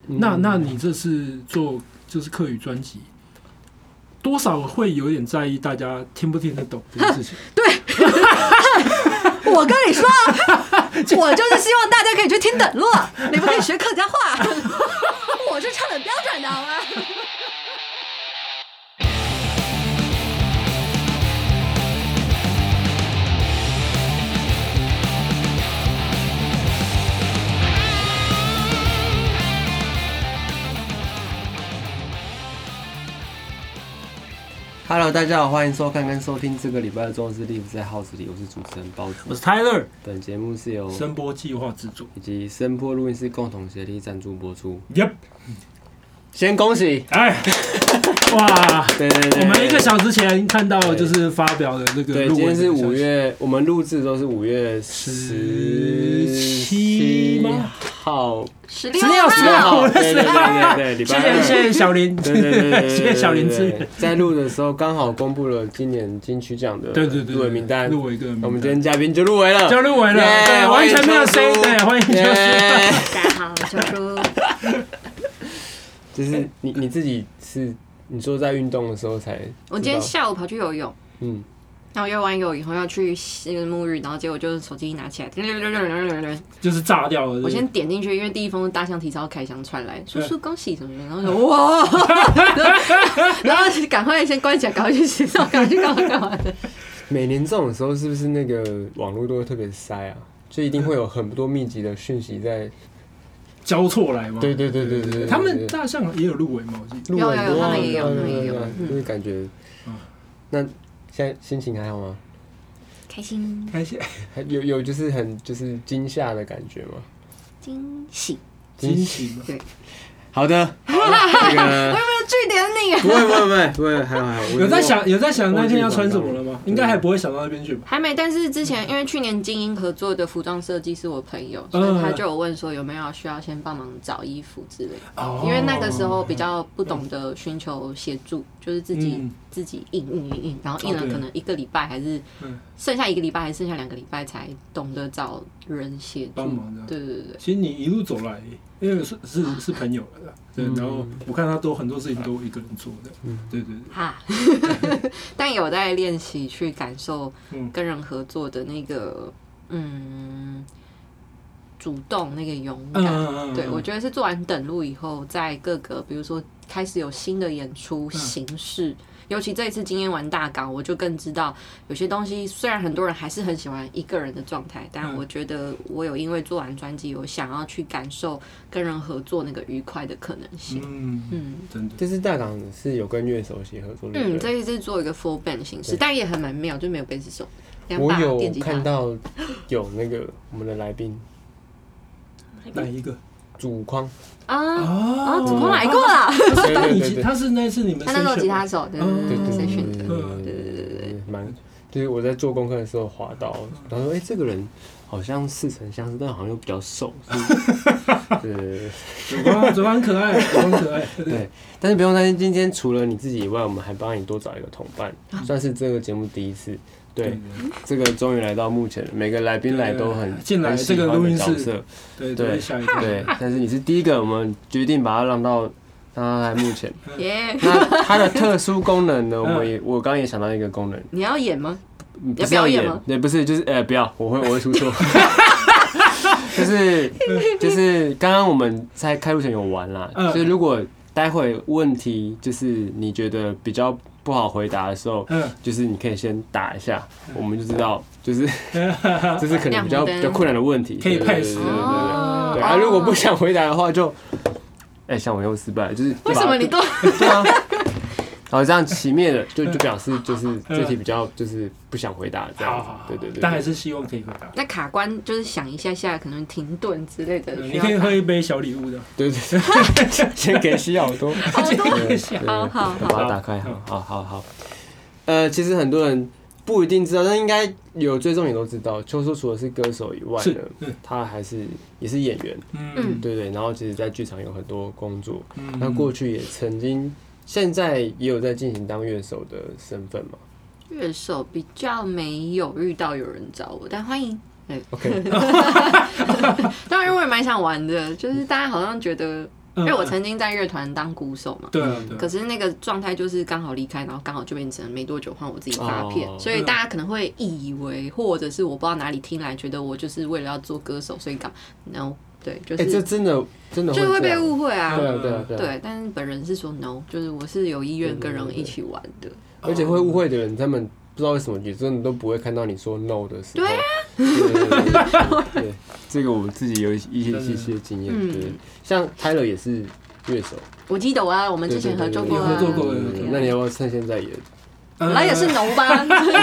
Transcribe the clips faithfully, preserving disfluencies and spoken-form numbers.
那那你这次做就是客语专辑，多少会有点在意大家听不听得懂这件事情。 对，我跟你说，我就是希望大家可以去听等落，你们可以学客家话，我是唱的标准的好吗？ Hello， 大家好，欢迎收看跟收听这个礼拜的中日 Live 在 House 里，我是主持人包子， 我是 Tyler。 本节目是由声波计划制作以及声波录音室共同协力赞助播出。 Yep， 先恭喜！ 哎，哇！ 对对对， 我们一个小时前看到就是发表的这个， 对，今天是五月，我们录制的时候是五月十七号。 十六号， 十六号， 对对对对，礼拜二。 谢谢小林， 对对对对， 谢谢小林资。 在录的时候刚好公布了今年金曲奖的入围名单， 入围个名单。 我们今天嘉宾就入围了， 就入围了，对，完全没有谁，对，欢迎秋叔。 大家好，秋叔。 就是你你自己是你说在运动的时候才， 我今天下午跑去游泳，嗯。然后游完泳以后要去那个沐浴，然后结果就是手机一拿起来， 就是炸掉了。 我先点进去，因为第一封大象体操开箱传来，叔叔恭喜什么的，然后说哇，然后赶快先关起来，赶快去洗澡，赶快去干嘛干嘛的。 每年这种时候是不是那个网络都会特别塞啊？就一定会有很多密集的讯息在交错来吗？ 对对对对对， 他们大象也有入围吗？我记得有有有，他们也有，他们也有， 就是感觉，那。现在心情还好吗？ 开心， 开心， 有有就是很就是惊吓的感觉吗？ 惊喜， 惊喜吗？ 对， 好的，这个我有没有据点你？ 不会不会不会不会，还好还好。 有在想有在想那天要穿什么了吗？应该还不会想到那边去吧？ 还没，但是之前因为去年精英合作的服装设计是我朋友，所以他就有问说有没有需要先帮忙找衣服之类的。因为那个时候比较不懂得寻求协助，就是自己自己印印印印，然后印了可能一个礼拜还是剩下一个礼拜还是剩下两个礼拜才懂得找人协助。 帮忙的， 对对对。 其实你一路走来，因为是是是朋友了，对，然后我看他都很多事情都一个人做的，对对对。 哈，但有在练习去感受跟人合作的那个嗯主动那个勇敢。嗯、对，我觉得是做完等路以后，在各个比如说开始有新的演出形式。嗯，尤其这一次今天玩大港，我就更知道有些东西，虽然很多人还是很喜欢一个人的状态，但我觉得我有因为做完专辑，有想要去感受跟人合作那个愉快的可能性。嗯嗯，真的。这次大港是有跟乐手一起合作的。 嗯，这一次做一个 full band 形式，但也很蛮妙，就没有贝斯手。 我有看到有那个我们的来宾， 哪一个？ 主框。 啊啊！主框来过了， 他以前他是那次你们他那时候吉他手，对对对对选的， 对对对对，蛮就是我在做功课的时候滑到，然后说哎，这个人好像似曾相识，但好像又比较瘦，对， 主框主框很可爱，主框可爱， 对，但是不用担心，今天除了你自己以外，我们还帮你多找一个同伴，算是这个节目第一次。对，这个终于来到目前了，每个来宾来都很进来这个录音室，对对对，但是你是第一个，我们决定把它让到让它来目前。那它的特殊功能呢？我们也我刚刚也想到一个功能， 你要演吗？ 不是要演吗？对，不是，就是呃，不要，我会我会出错。就是就是刚刚我们在开录前有玩啦，所以如果待会问题就是你觉得比较不好回答的时候，嗯，就是你可以先打一下，我们就知道，就是这是可能比较比较困难的问题， 可以 pass， 对对对对。啊，如果不想回答的话，就，哎，像我又失败，就是为什么你都对啊？然后这样起灭了，就就表示就是这题比较就是不想回答这样子，对对对。 但还是希望可以回答。 那卡关就是想一下下，可能停顿之类的。 你可以喝一杯小礼物的。 对对对，先给西好多， 好多，好好好， 把它打开，好好好好。呃，其实很多人不一定知道，但应该有追踪也都知道，秋叔除了是歌手以外呢，他还是也是演员，嗯，对对。然后其实，在剧场有很多工作，那过去也曾经。现在也有在进行当乐手的身份吗？ 乐手比较没有遇到有人找我，但欢迎。 OK， 当然我也蛮想玩的，就是大家好像觉得因为我曾经在乐团当鼓手嘛， 对啊，对。 可是那个状态就是刚好离开，然后刚好就变成没多久换我自己发片，哦、所以大家可能会以为，或者是我不知道哪里听来，觉得我就是为了要做歌手，所以干 no， 对，就是， 哎、欸，这真的真的就会被误会啊， 对啊，对啊，对啊， 对，但是本人是说 no， 就是我是有意愿跟人一起玩的， 而且会误会的人，他们不知道为什么，也真的都不会看到你说 no 的时候。 对啊。 对, 对, 对, 对, 对，这个我们自己有一些一些经验。嗯、对，像 Tyler 也是乐手， 我记得我啊，我们之前合作过、啊， 合作过。 那你要不要趁现在也？ 本来也是农吧。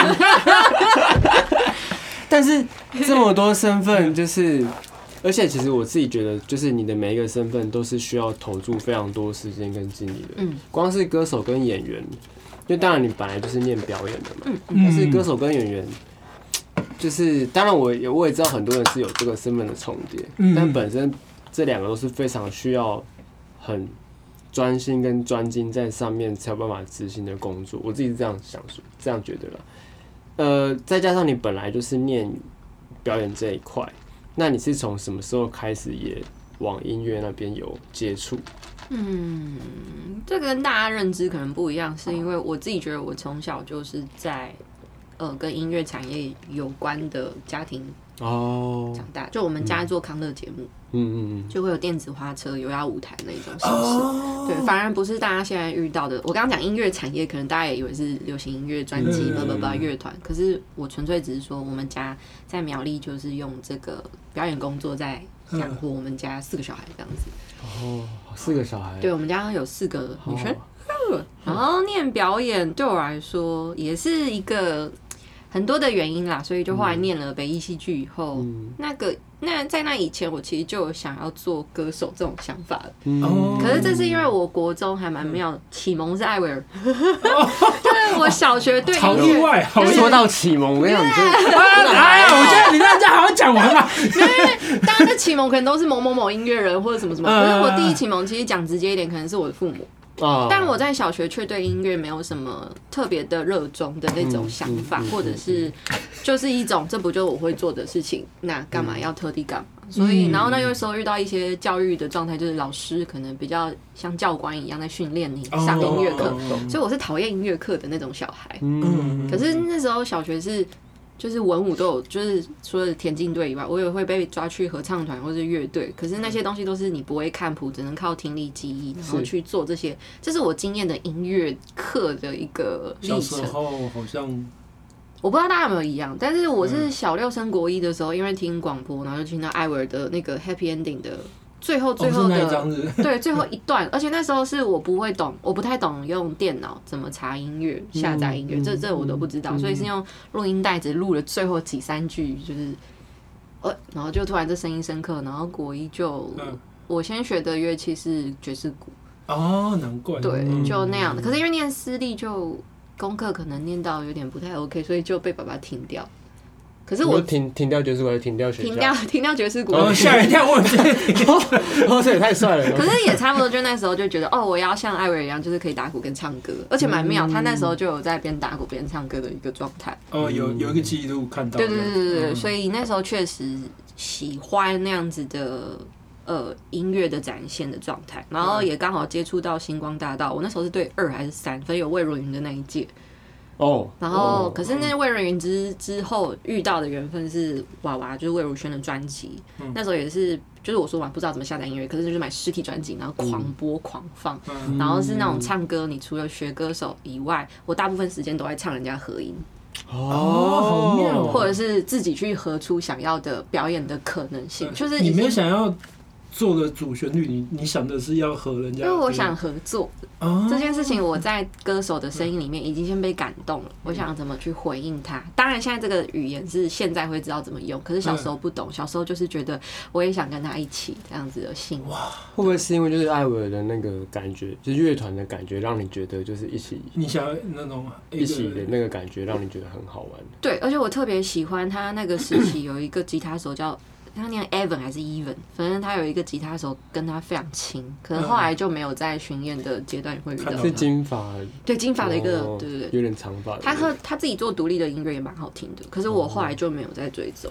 但是这么多身份，就是而且其实我自己觉得，就是你的每一个身份都是需要投注非常多时间跟精力的。嗯，光是歌手跟演员，因为当然你本来就是念表演的嘛，嗯、但是歌手跟演员。就是当然我也我也知道很多人是有这个身份的重叠，嗯、但本身这两个都是非常需要很专心跟专精在上面才有办法执行的工作，我自己是这样想说，这样觉得啦。呃，再加上你本来就是念表演这一块，那你是从什么时候开始也往音乐那边有接触？ 嗯，这个跟大家认知可能不一样，是因为我自己觉得我从小就是在。呃，跟音乐产业有关的家庭哦长大， oh, 就我们家做康乐节目，嗯嗯嗯，就会有电子花车、油压舞台那种形式， oh. 对，反而不是大家现在遇到的。我刚刚讲音乐产业，可能大家也以为是流行音乐专辑、叭叭叭乐团，可是我纯粹只是说，我们家在苗栗就是用这个表演工作在养活我们家四个小孩这样子。 哦，四个小孩， 对，我们家有四个女生， oh. 然后念表演对我来说也是一个。很多的原因啦，所以就后来念了北艺戏剧以后，嗯、那个那在那以前，我其实就有想要做歌手这种想法了。嗯、可是这是因为我国中还蛮妙，启蒙是艾薇儿，就是我小学对好意外，好意外。 说到启蒙，我跟你讲， 哎呀，我觉得你让人家好好讲完嘛。 因为大家的启蒙可能都是某某某音乐人或者什么什么，可是我第一启蒙其实讲直接一点，可能是我的父母。但我在小学却对音乐没有什么特别的热衷的那种想法，或者是就是一种这不就我会做的事情，那干嘛要特地干嘛？所以，然后那有时候遇到一些教育的状态，就是老师可能比较像教官一样在训练你上音乐课，所以我是讨厌音乐课的那种小孩。可是那时候小学是。就是文武都有，就是除了田径队以外，我也会被抓去合唱团或是乐队。可是那些东西都是你不会看谱，只能靠听力记忆，然后去做这些。这是我经验的音乐课的一个历程。 小时候好像我不知道大家有没有一样，但是我是小六升国一的时候，因为听广播，然后就听到艾薇儿的那个 Happy Ending 的。最后最后的、 哦、 对最后一段，而且那时候是我不会懂，我不太懂用电脑怎么查音乐、下载音乐，嗯、这这我都不知道，嗯、所以是用录音带只录了最后几三句，就是呃，然后就突然这声音深刻，然后国一就、嗯、我先学的乐器是爵士鼓哦，难怪对，就那样的。可是因为念私立，就功课可能念到有点不太 OK， 所以就被爸爸停掉。可是我停停掉爵士鼓还是停掉学校？ 停掉停掉爵士鼓。 哦，吓一跳！我哦，这也太帅了。 可是也差不多，就那时候就觉得，哦，我要像艾薇儿一样，就是可以打鼓跟唱歌，而且蛮妙。嗯、他那时候就有在边打鼓边唱歌的一个状态。 哦，有有一个记录看到。 对对对对对，嗯、所以那时候确实喜欢那样子的呃音乐的展现的状态，然后也刚好接触到星光大道。我那时候是对二还是三，所以有魏如云的那一届。哦， oh, 然后、oh, 可是那魏如云之之后遇到的缘分是娃娃，就是魏如萱的专辑，嗯、那时候也是就是我说嘛，不知道怎么下载音乐，可是就是买实体专辑，然后狂播狂放，嗯、然后是那种唱歌，你除了学歌手以外，我大部分时间都在唱人家合音。 哦，好妙！ 或者是自己去合出想要的表演的可能性，就是你没有想要做的主旋律，你你想的是要和人家， 因为我想合作、哦、这件事情，我在歌手的声音里面已经先被感动了。我想怎么去回应他？当然，现在这个语言是现在会知道怎么用，可是小时候不懂，小时候就是觉得我也想跟他一起这样子的心。哇， 会不会是因为就是艾薇儿的那个感觉，就是乐团的感觉，让你觉得就是一起， 你想要那种一起的那个感觉，让你觉得很好玩？ 对，而且我特别喜欢他那个时期有一个吉他手叫。他念 Evan 还是 Even， 反正他有一个吉他手跟他非常亲，可能后来就没有在巡演的阶段会遇到他。 是金发， 对金发的一个， 哦、 对对对， 有点长发。 他和他自己做独立的音乐也蛮好听的，可是我后来就没有再追踪。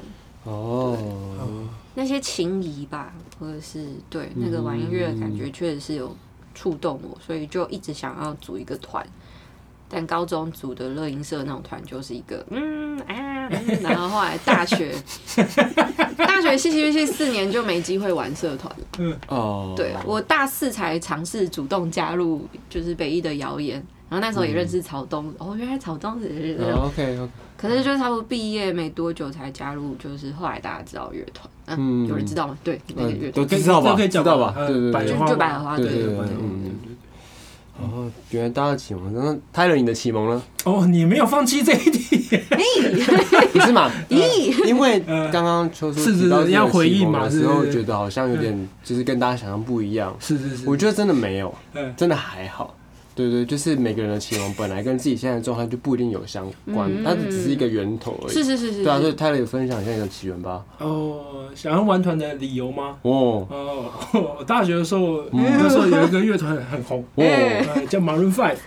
哦， 那些情谊吧，或者是对那个玩音乐的感觉，确实是有触动我，所以就一直想要组一个团。但高中组的乐音社那种团就是一个嗯啊，嗯然后后来大学大学戏剧系四年就没机会玩社团了。嗯哦，对我大四才尝试主动加入，就是北艺的谣言，然后那时候也认识曹东，嗯、哦，原来曹东是、 哦、OK OK， 可是就差不多毕业没多久才加入，就是后来大家知道乐团，嗯，有人知道吗？对，那个乐团、 嗯、都知道吧？ 都可以知道吧？ 对对对对， 就百合花，对对对对。 哦，原来大家的启蒙，那泰勒你的启蒙呢？ 哦，你没有放弃这一题， 不是嘛？因为刚刚秋叔提到要回应嘛， 的时候觉得好像有点就是跟大家想象不一样。 是是是， 我觉得真的没有，真的还好。对对，就是每个人的启蒙本来跟自己现在的状态就不一定有相关，它只是一个源头而已。 是是是是。 对啊，所以泰勒有分享一下你的起源吧。 哦，想要玩团的理由吗？ 哦哦，我大学的时候，那时候有一个乐团很红，哦，叫 Maroon Five。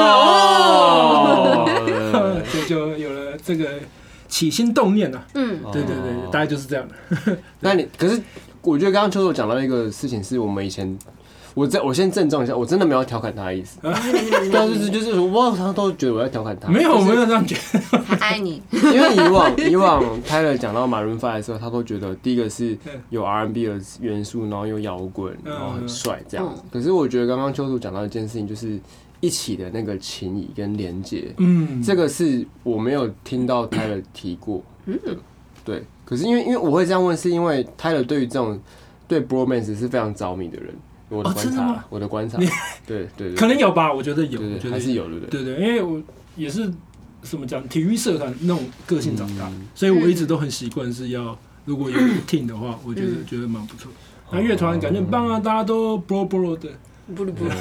哦，所以就有了这个起心动念啊。嗯，对对对，大概就是这样的。 那你可是我觉得刚刚秋秋讲到一个事情，是我们以前。我在我先郑重一下，我真的没有调侃他的意思。但是就是我常常都觉得我在调侃他。 没有，我没有这样觉得。 他爱你。 因为以往以往Tyler讲到Maroon Five的时候，他都觉得第一个是有 R and B 的元素，然后有摇滚，然后很帅这样。可是我觉得刚刚秋叔讲到一件事情，就是一起的那个情谊跟连结，嗯，这个是我没有听到Tyler提过的。对，可是因为因为我会这样问，是因为Tyler对于这种对 bromance 是非常着迷的人。我的观察，哦、我的观察，对对对， 可能有吧，我觉得有， 对对我觉得还是有，对不对？对对，因为我也是怎么讲，体育社团那种个性长大，嗯、所以我一直都很习惯是要，如果有 team 的话，我觉得、嗯、觉得蛮不错。那乐团感觉很棒啊，大家都 bro bro 的， 不不不，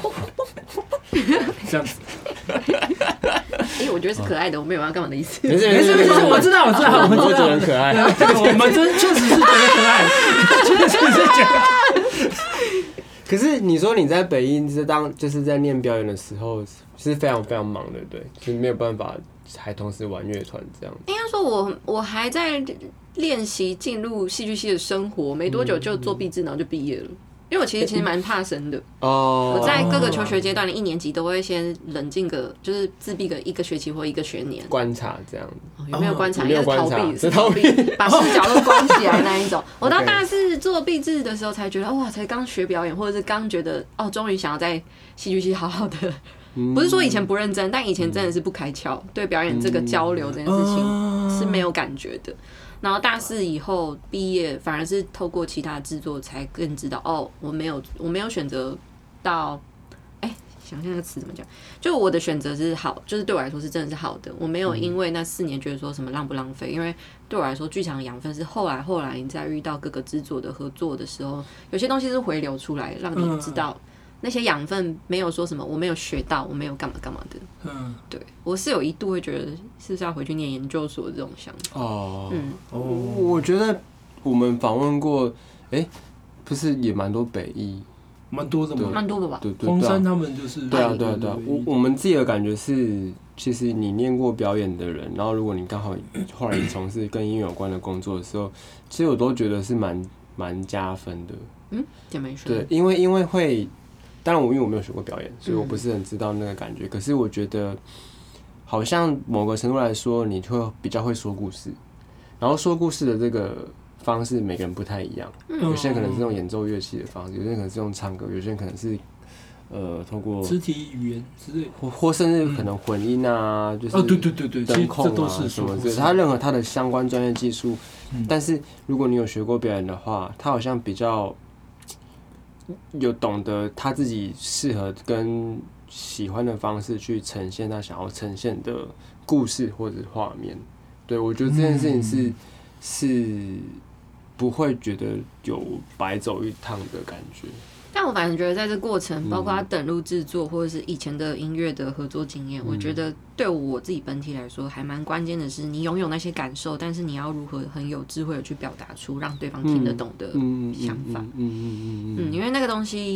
这样子。 因为我觉得是可爱的，我没有要干嘛的意思。 没事没事没事，我知道我知道，我们都觉得很可爱， 我们真确实是觉得可爱，确实是觉得。 可是你说你在北艺是当就是在念表演的时候是非常非常忙的，对，就没有办法还同时玩乐团这样。 应该说我我还在练习进入戏剧系的生活，没多久就做毕制，然后就毕业了。因为我其实其实蛮怕生的哦，我在各个求学阶段的一年级都会先冷静个，就是自闭个一个学期或一个学年， 观察这样。 哦、有没有观察？应该是逃避，是逃避，把视角都关起来那一种。我到大四做毕制的时候才觉得，哇，才刚学表演，或者是刚觉得哦，终于想要在戏剧系好好的。不是说以前不认真，但以前真的是不开窍，对表演这个交流这件事情是没有感觉的。然后大四以后毕业，反而是透过其他制作才更知道，哦，我没有我没有选择到，哎、欸，想象那个词怎么讲？就我的选择是好，就是对我来说是真的是好的。我没有因为那四年觉得说什么浪不浪费，因为对我来说，剧场的养分是后来后来你在遇到各个制作的合作的时候，有些东西是回流出来，让你知道。那些养分没有说什么，我没有学到，我没有干嘛干嘛的。嗯，对，我是有一度会觉得是不是要回去念研究所这种想法。哦，嗯， 哦，我觉得我们访问过，哎、欸，不是也蛮多北艺， 蛮多的嘛， 蛮多的吧？ 对对， 黄山他们就是对啊对啊对啊。我我们自己的感觉是，其实你念过表演的人，然后如果你刚好后来你从事跟音乐有关的工作的时候，其实我都觉得是蛮蛮加分的。 嗯，姐妹说， 对，因为因为会。当然，我因为我没有学过表演，所以我不是很知道那个感觉。嗯、可是我觉得，好像某个程度来说，你会比较会说故事，然后说故事的这个方式，每个人不太一样。嗯、有些人可能是用演奏乐器的方式，有些人可能是用唱歌，有些人可能是呃透过肢体语言之类， 或或甚至可能混音啊，嗯、就是哦对对对对， 灯控啊什么之类的，它任何它的相关专业技术。嗯、但是如果你有学过表演的话，它好像比较。有懂得他自己适合跟喜欢的方式去呈现他想要呈现的故事或者画面，对，我觉得这件事情是、嗯、是不会觉得有白走一趟的感觉。 但我反正觉得在这过程，包括他等录制作或者是以前的音乐的合作经验，嗯、我觉得对我自己本体来说还蛮关键的是，你拥有那些感受，但是你要如何很有智慧的去表达出让对方听得懂的想法。嗯嗯嗯嗯嗯，因为那个东西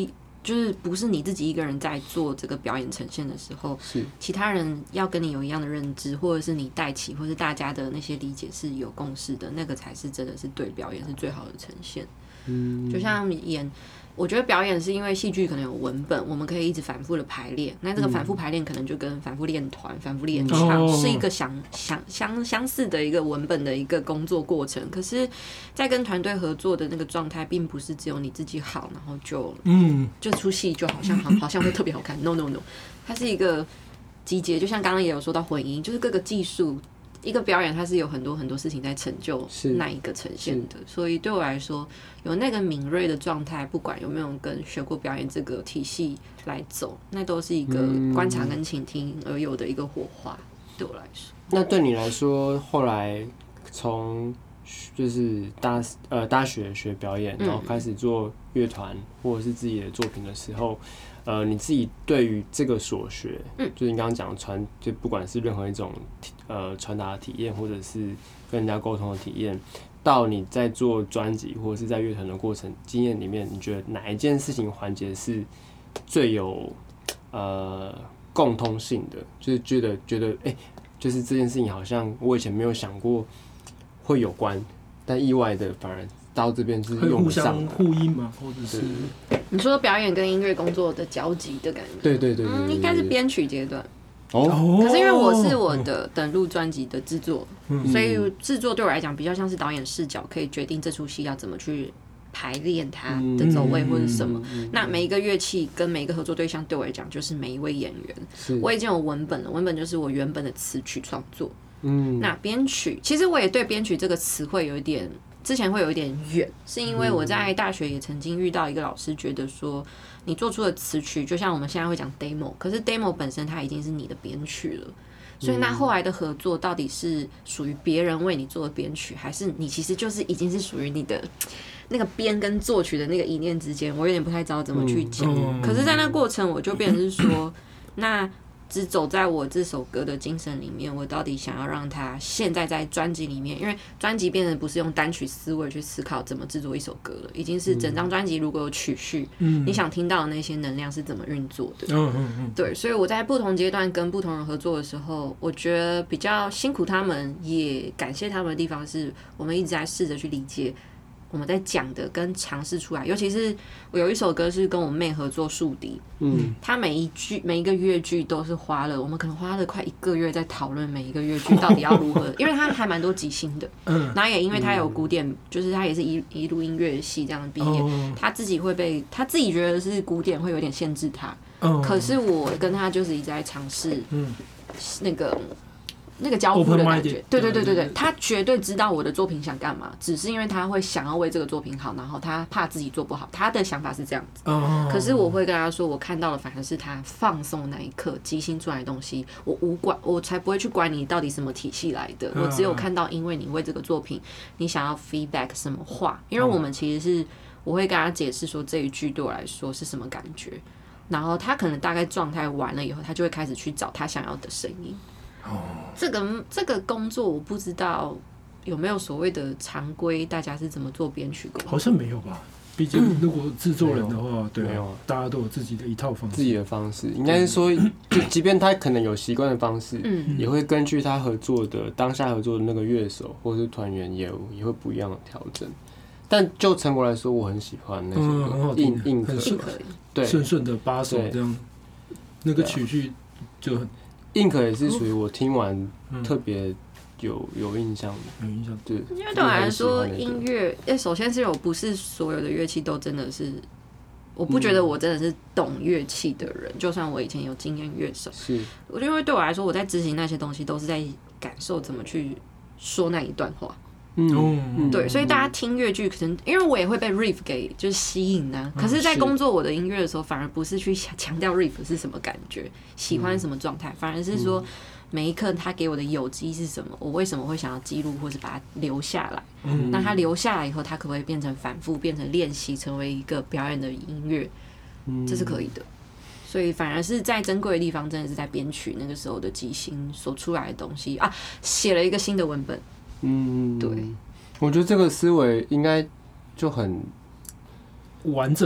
就是不是你自己一个人在做这个表演呈现的时候， 是其他人要跟你有一样的认知，或者是你带起，或是大家的那些理解是有共识的，那个才是真的是对表演是最好的呈现。嗯，就像演。我觉得表演是因为戏剧可能有文本，我们可以一直反复的排练。那这个反复排练可能就跟反复练团、反复练唱、嗯、是一个相相相相似的一个文本的一个工作过程。可是，在跟团队合作的那个状态，并不是只有你自己好，然后就嗯，这出戏就好像好好像会特别好看。No No No， 它是一个集结，就像刚刚也有说到混音，就是各个技术。一个表演它是有很多很多事情在成就那一个呈现的，所以对我来说，有那个敏锐的状态，不管有没有跟学过表演这个体系来走，那都是一个观察跟倾听而有的一个火花。对我来说， 那对你来说，后来从就是大呃大学学表演，然后开始做乐团或者是自己的作品的时候。呃，你自己对于这个所学，嗯，就是你刚刚讲的传，就不管是任何一种呃传达的体验，或者是跟人家沟通的体验，到你在做专辑或者是在乐团的过程经验里面，你觉得哪一件事情环节是最有呃共通性的？就是觉得觉得哎、欸，就是这件事情好像我以前没有想过会有关，但意外的反而。到这边是用不上的， 互相呼应嘛，或者是你说表演跟音乐工作的交集的感觉， 对对 对, 對, 對, 對, 對， 嗯，应该是编曲阶段。哦，可是因为我是我的等录专辑的制作，嗯、所以制作对我来讲比较像是导演视角，可以决定这出戏要怎么去排练它的走位或者什么。嗯、那每一个乐器跟每一个合作对象对我来讲就是每一位演员。我已经有文本了，文本就是我原本的词曲创作。嗯，那编曲其实我也对编曲这个词汇有一点。之前会有一点远，是因为我在大学也曾经遇到一个老师，觉得说你做出的词曲，就像我们现在会讲 demo， 可是 demo 本身它已经是你的编曲了，所以那后来的合作到底是属于别人为你做的编曲，还是你其实就是已经是属于你的那个编跟作曲的那个一念之间，我有点不太知道怎么去讲。可是，在那过程，我就变成是说，那。只走在我这首歌的精神里面，我到底想要让它现在在专辑里面，因为专辑变成不是用单曲思维去思考怎么制作一首歌了，已经是整张专辑如果有曲序，嗯，你想听到的那些能量是怎么运作的，嗯嗯嗯，对，所以我在不同阶段跟不同人合作的时候，我觉得比较辛苦他们，也感谢他们的地方是，我们一直在试着去理解。我们在讲的跟尝试出来，尤其是我有一首歌是跟我妹合作竖笛，嗯，她每一句每一个乐句都是花了，我们可能花了快一个月在讨论每一个乐句到底要如何，因为她还蛮多即兴的，嗯，然后也因为她有古典，就是她也是一一路音乐系这样毕业，她自己会被她自己觉得是古典会有点限制她，可是我跟她就是一直在尝试，嗯，那个。那个交互的感觉，对对对对对，他绝对知道我的作品想干嘛，只是因为他会想要为这个作品好，然后他怕自己做不好，他的想法是这样子。Oh. 可是我会跟他说，我看到的反而是他放松那一刻即兴出来的东西，我无管，我才不会去管你到底什么体系来的， oh. 我只有看到，因为你为这个作品，你想要 feedback 什么话，因为我们其实是我会跟他解释说这一句对我来说是什么感觉，然后他可能大概状态完了以后，他就会开始去找他想要的声音。这个这个工作我不知道有没有所谓的常规，大家是怎么做编曲工作？ 好像没有吧。毕竟如果制作人的话，嗯、对、啊，大家都有自己的一套方式。 自己的方式，应该是说，就即便他可能有习惯的方式，嗯，也会根据他合作的当下合作的那个乐手或者是团员也也会不一样的调整。但就成果来说，我很喜欢那首歌，硬硬可以， 对，顺顺的八首这样，那个曲序就很。 硬可也是属于我听完特别有有印象的， 有印象。 对， 因为对我来说，音乐，哎，首先是我不是所有的乐器都真的是，我不觉得我真的是懂乐器的人，就算我以前有经验乐手， 是， 因为对我来说，我在执行那些东西都是在感受怎么去说那一段话。嗯，对，所以大家听乐剧，可能因为我也会被 riff 给就是吸引啊。可是，在工作我的音乐的时候，反而不是去强调 riff 是什么感觉，喜欢什么状态，反而是说每一刻他给我的有机是什么，我为什么会想要记录，或是把它留下来。嗯，那它留下来以后，它可不可以变成反复，变成练习，成为一个表演的音乐？这是可以的。所以反而是在珍贵的地方，真的是在编曲那个时候的即兴所出来的东西啊，写了一个新的文本。嗯，对， 我觉得这个思维应该就很完整吗？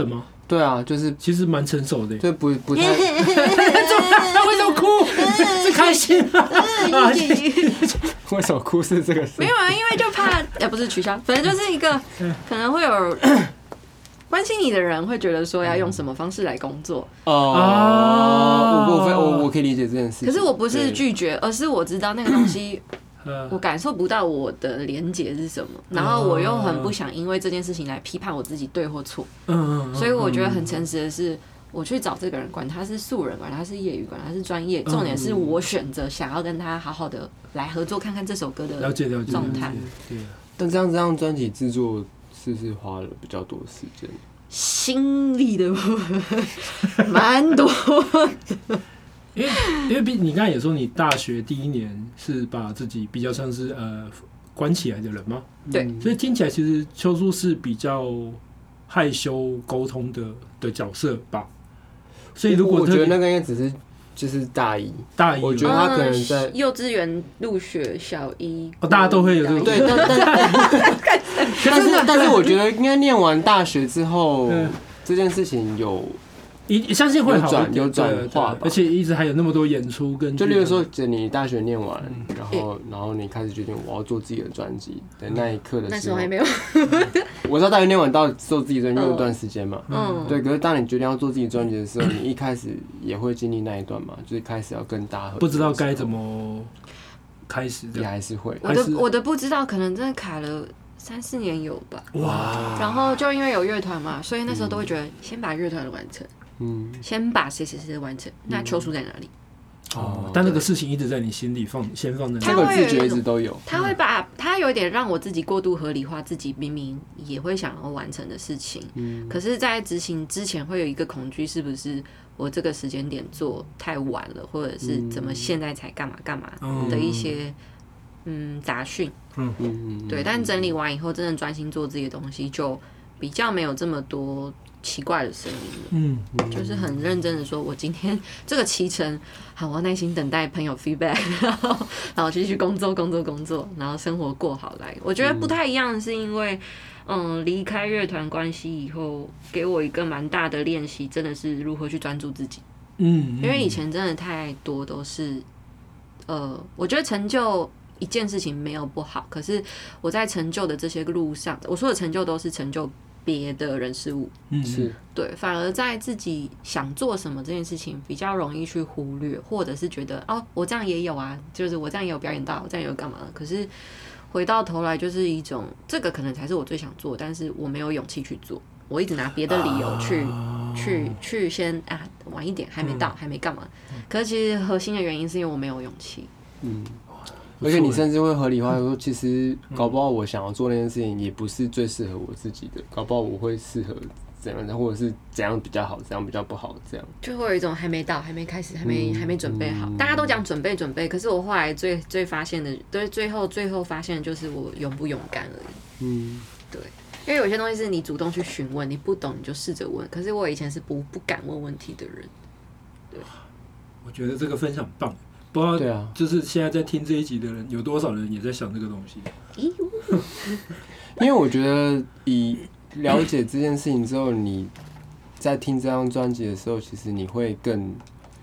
对啊，就是其实蛮成熟的， 就不不太。 他为什么哭？是开心啊？ 为什么哭是这个事？ 没有啊，因为就怕，呃，不是取消，反正就是一个可能会有关心你的人会觉得说要用什么方式来工作。 哦，我我我我可以理解这件事情。 可是我不是拒绝，而是我知道那个东西。我感受不到我的连结是什么，然后我又很不想因为这件事情来批判我自己对或错，所以我觉得很诚实的是，我去找这个人，管他是素人，管他是业余，管他是专业，重点是我选择想要跟他好好的来合作，看看这首歌的状态。 但这样这样专辑制作是不是花了比较多时间？ 心理的部分蛮多的。 因为因为你刚才也说，你大学第一年是把自己比较像是呃关起来的人吗？ 对， 所以听起来其实秋树是比较害羞沟通的的角色吧。所以如果我觉得那个应该只是就是大一， 大一， 我觉得他可能在幼稚园入学，小一， 哦，大家都会有这个对，但但但是但是我觉得应该念完大学之后，这件事情有。 你相信会好一点， 有转化吧， 而且一直还有那么多演出跟。 就例如说，你大学念完，然后然后你开始决定我要做自己的专辑的那一刻的时候， 那时候还没有。 我知道大学念完到做自己专辑有一段时间嘛，嗯，对。可是当你决定要做自己专辑的时候，你一开始也会经历那一段嘛，就是开始要跟大家合作， 不知道该怎么开始， 也还是会。 我的我的不知道，可能真的卡了。三四年有吧，哇！然后就因为有乐团嘛，所以那时候都会觉得先把乐团的完成，嗯，先把谁谁谁的完成。那秋树在哪里？ 哦，但那个事情一直在你心里放，先放在那个自觉一直都有。 他会把他有点让我自己过度合理化自己明明也会想要完成的事情，嗯，可是，在执行之前会有一个恐惧，是不是我这个时间点做太晚了，或者是怎么现在才干嘛干嘛的一些。嗯，杂讯，嗯嗯对，但整理完以后，真的专心做自己的东西，就比较没有这么多奇怪的声音了。嗯，就是很认真的说，我今天这个期程，好，我要耐心等待朋友 feedback， 然后然后继续工作，工作，工作，然后生活过好来。我觉得不太一样，是因为，嗯，离开乐团关系以后，给我一个蛮大的练习，真的是如何去专注自己。嗯，因为以前真的太多都是，呃，我觉得成就。一件事情没有不好，可是我在成就的这些路上，我说的成就都是成就别的人事物， 嗯，是对，反而在自己想做什么这件事情比较容易去忽略，或者是觉得哦，我这样也有啊，就是我这样也有表演到，我这样也有干嘛的，可是回到头来就是一种，这个可能才是我最想做，但是我没有勇气去做，我一直拿别的理由去、啊、去去先啊晚一点，还没到，嗯、还没干嘛，可是其实核心的原因是因为我没有勇气，嗯。 而且你甚至会合理化说，其实搞不好我想要做那件事情也不是最适合我自己的，搞不好我会适合怎样的，或者是怎样比较好，怎样比较不好，这样就会有一种还没到，还没开始，还没、嗯、还没准备好。大家都讲准备准备，可是我后来最最发现的，对，最后最后发现的就是我勇不勇敢而已。嗯，对，因为有些东西是你主动去询问，你不懂你就试着问。可是我以前是不不敢问问题的人。对， 我觉得这个分享很棒。不知道，对啊，就是现在在听这一集的人，有多少人也在想这个东西？ 因为我觉得，以了解这件事情之后，你在听这张专辑的时候，其实你会更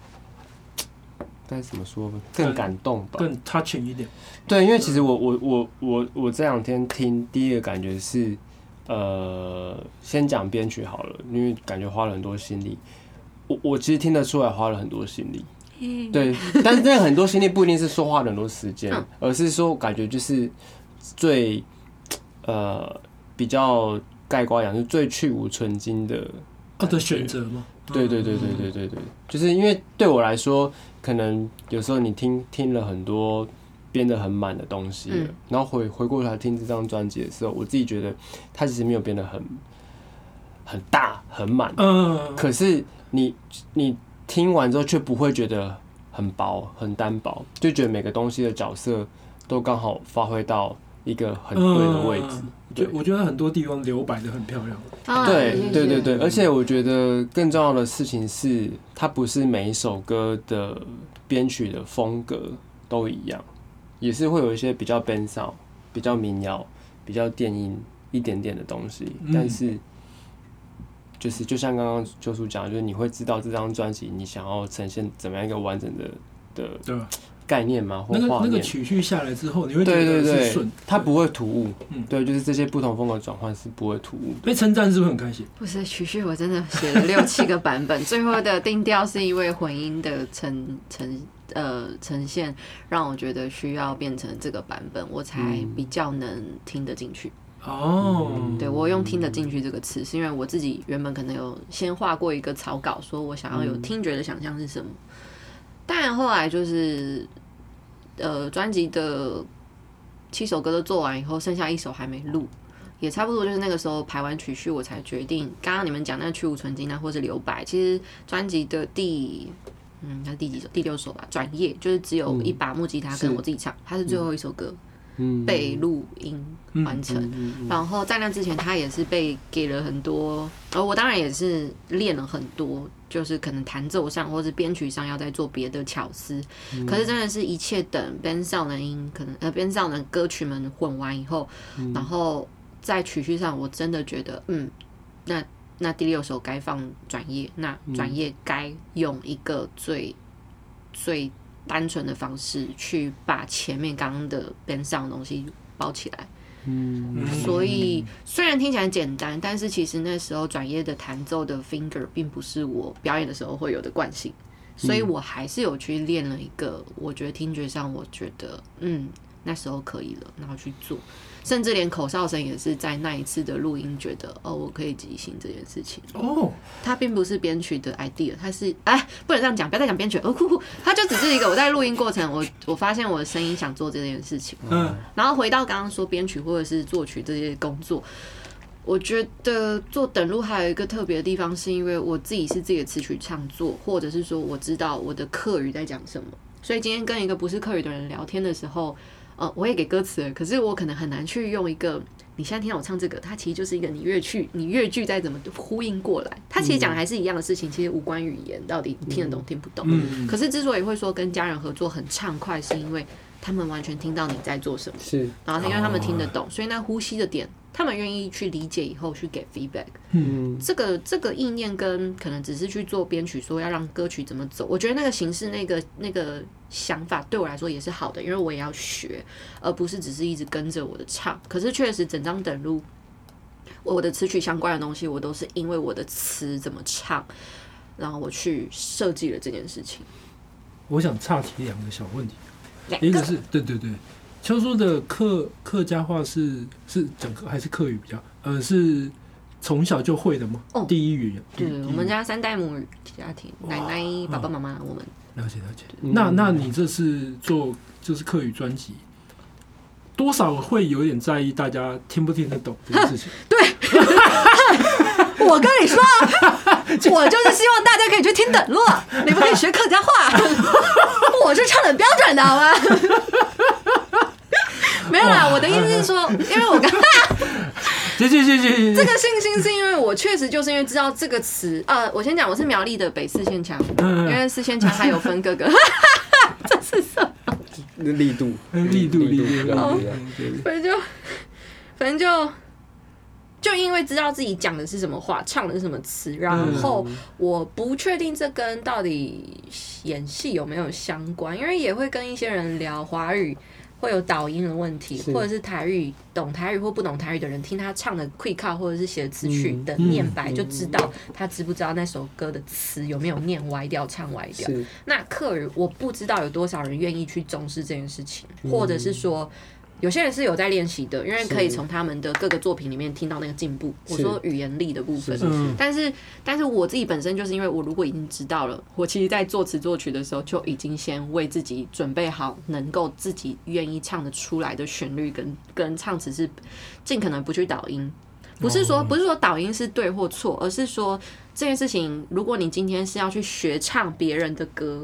该怎么说？更感动吧， 更 touching 一点。 对，因为其实我我我我我这两天听，第一个感觉是，呃，先讲编曲好了，因为感觉花了很多心力。我我其实听得出来花了很多心力。对，但是这很多心力不一定是说花了很多时间，嗯、而是说感觉就是最呃比较概括讲，是最去无存菁的哦的选择吗？ 对对对对对对对，就是因为对我来说，可能有时候你听听了很多编得很满的东西了，嗯、然后回回过头来听这张专辑的时候，我自己觉得它其实没有编得很很大很满，嗯，可是你你。听完之后却不会觉得很薄很单薄，就觉得每个东西的角色都刚好发挥到一个很对的位置。 对，我觉得很多地方留白的很漂亮。 对对对对，而且我觉得更重要的事情是，它不是每一首歌的编曲的风格都一样，也是会有一些比较 band sound、比较民谣、比较电音一点点的东西，但是就是就像刚刚秋叔讲，就是你会知道这张专辑你想要呈现怎么样一个完整的的概念嘛，或画面。 那个那个曲序下来之后，你会觉得是顺， 它不会突兀。嗯，对，就是这些不同风格转换是不会突兀。 被称赞是不是很开心？ 不是曲序，我真的写了六七个版本，最后的定调是因为混音的呈呈呃呈现，让我觉得需要变成这个版本，我才比较能听得进去。 哦， 对，我用听得进去这个词，是因为我自己原本可能有先画过一个草稿，说我想要有听觉的想象是什么，但后来就是呃专辑的七首歌都做完以后，剩下一首还没录，也差不多就是那个时候排完曲序，我才决定刚刚你们讲那个去无存精啊，或是留白，其实专辑的第嗯那第几首第六首吧，转业就是只有一把木吉他跟我自己唱，它是最后一首歌。被录音完成，嗯嗯嗯、然后在那之前，他也是被给了很多，而我当然也是练了很多，就是可能弹奏上或是编曲上要再做别的巧思。嗯、可是真的是一切等编少能音，可能呃编少能歌曲们混完以后，嗯、然后在曲序上，我真的觉得，嗯，那那第六首该放转业，那转业该用一个最最。单纯的方式去把前面刚刚的边上的东西包起来，嗯，所以虽然听起来简单，但是其实那时候转业的弹奏的 finger 并不是我表演的时候会有的惯性，所以我还是有去练了一个，我觉得听觉上我觉得嗯那时候可以了，然后去做，甚至连口哨声也是在那一次的录音觉得哦我可以即兴这件事情哦，它并不是编曲的 idea， 它是哎不能这样讲，不要再讲编曲，哦呼呼，它就只是一个我在录音过程我我发现我的声音想做这件事情，嗯，然后回到刚刚说编曲或者是作曲这些工作。我觉得做等录还有一个特别的地方，是因为我自己是自己的词曲创作，或者是说我知道我的客语在讲什么，所以今天跟一个不是客语的人聊天的时候，呃，我也给歌词了，可是我可能很难去用一个你现在听到我唱这个，它其实就是一个你乐句，你乐句再怎么呼应过来，它其实讲的还是一样的事情，其实无关语言到底听得懂听不懂。嗯、可是之所以会说跟家人合作很畅快，是因为他们完全听到你在做什么， 是， 然后因为他们听得懂，所以那呼吸的点，他们愿意去理解以后去给 feedback。嗯，这个这个意念跟可能只是去做编曲，说要让歌曲怎么走，我觉得那个形式那个那个想法对我来说也是好的，因为我也要学，而不是只是一直跟着我的唱。可是确实整张等录，我的词曲相关的东西，我都是因为我的词怎么唱，然后我去设计了这件事情。 我想岔题两个小问题。一个是对对对，秋叔的客客家话是是讲还是客语比较呃是从小就会的吗？哦，第一语言。 对，我们家三代母语家庭，奶奶、爸爸妈妈，我们了解了解。嗯、那那你这次做就是客语专辑，多少会有点在意大家听不听得懂这件事情？ 对。我跟你说，我就是希望大家可以去听等录，你们可以学客家话，我是唱的标准的，好吗？没有啦，我的意思是说，因为我刚谢谢谢谢这个信心是因为我确实就是因为知道这个词，呃，我先讲我是苗栗的北四线腔，因为四线腔还有分各个，这是什么？ 力度， 力度，力度， 哦，反正就，反正就。就因为知道自己讲的是什么话，唱的是什么词，然后我不确定这跟到底演戏有没有相关，因为也会跟一些人聊华语会有导音的问题，或者是台语懂台语或不懂台语的人听他唱的 quick cut 或者是写的词曲的念白，就知道他知不知道那首歌的词有没有念歪掉、唱歪掉。那客语我不知道有多少人愿意去重视这件事情，或者是说。有些人是有在练习的，因为可以从他们的各个作品里面听到那个进步。我说语言力的部分，但是但是我自己本身就是因为我如果已经知道了，我其实在作词作曲的时候就已经先为自己准备好能够自己愿意唱得出来的旋律跟跟唱词，是尽可能不去导音。不是说不是说导音是对或错，而是说这件事情，如果你今天是要去学唱别人的歌。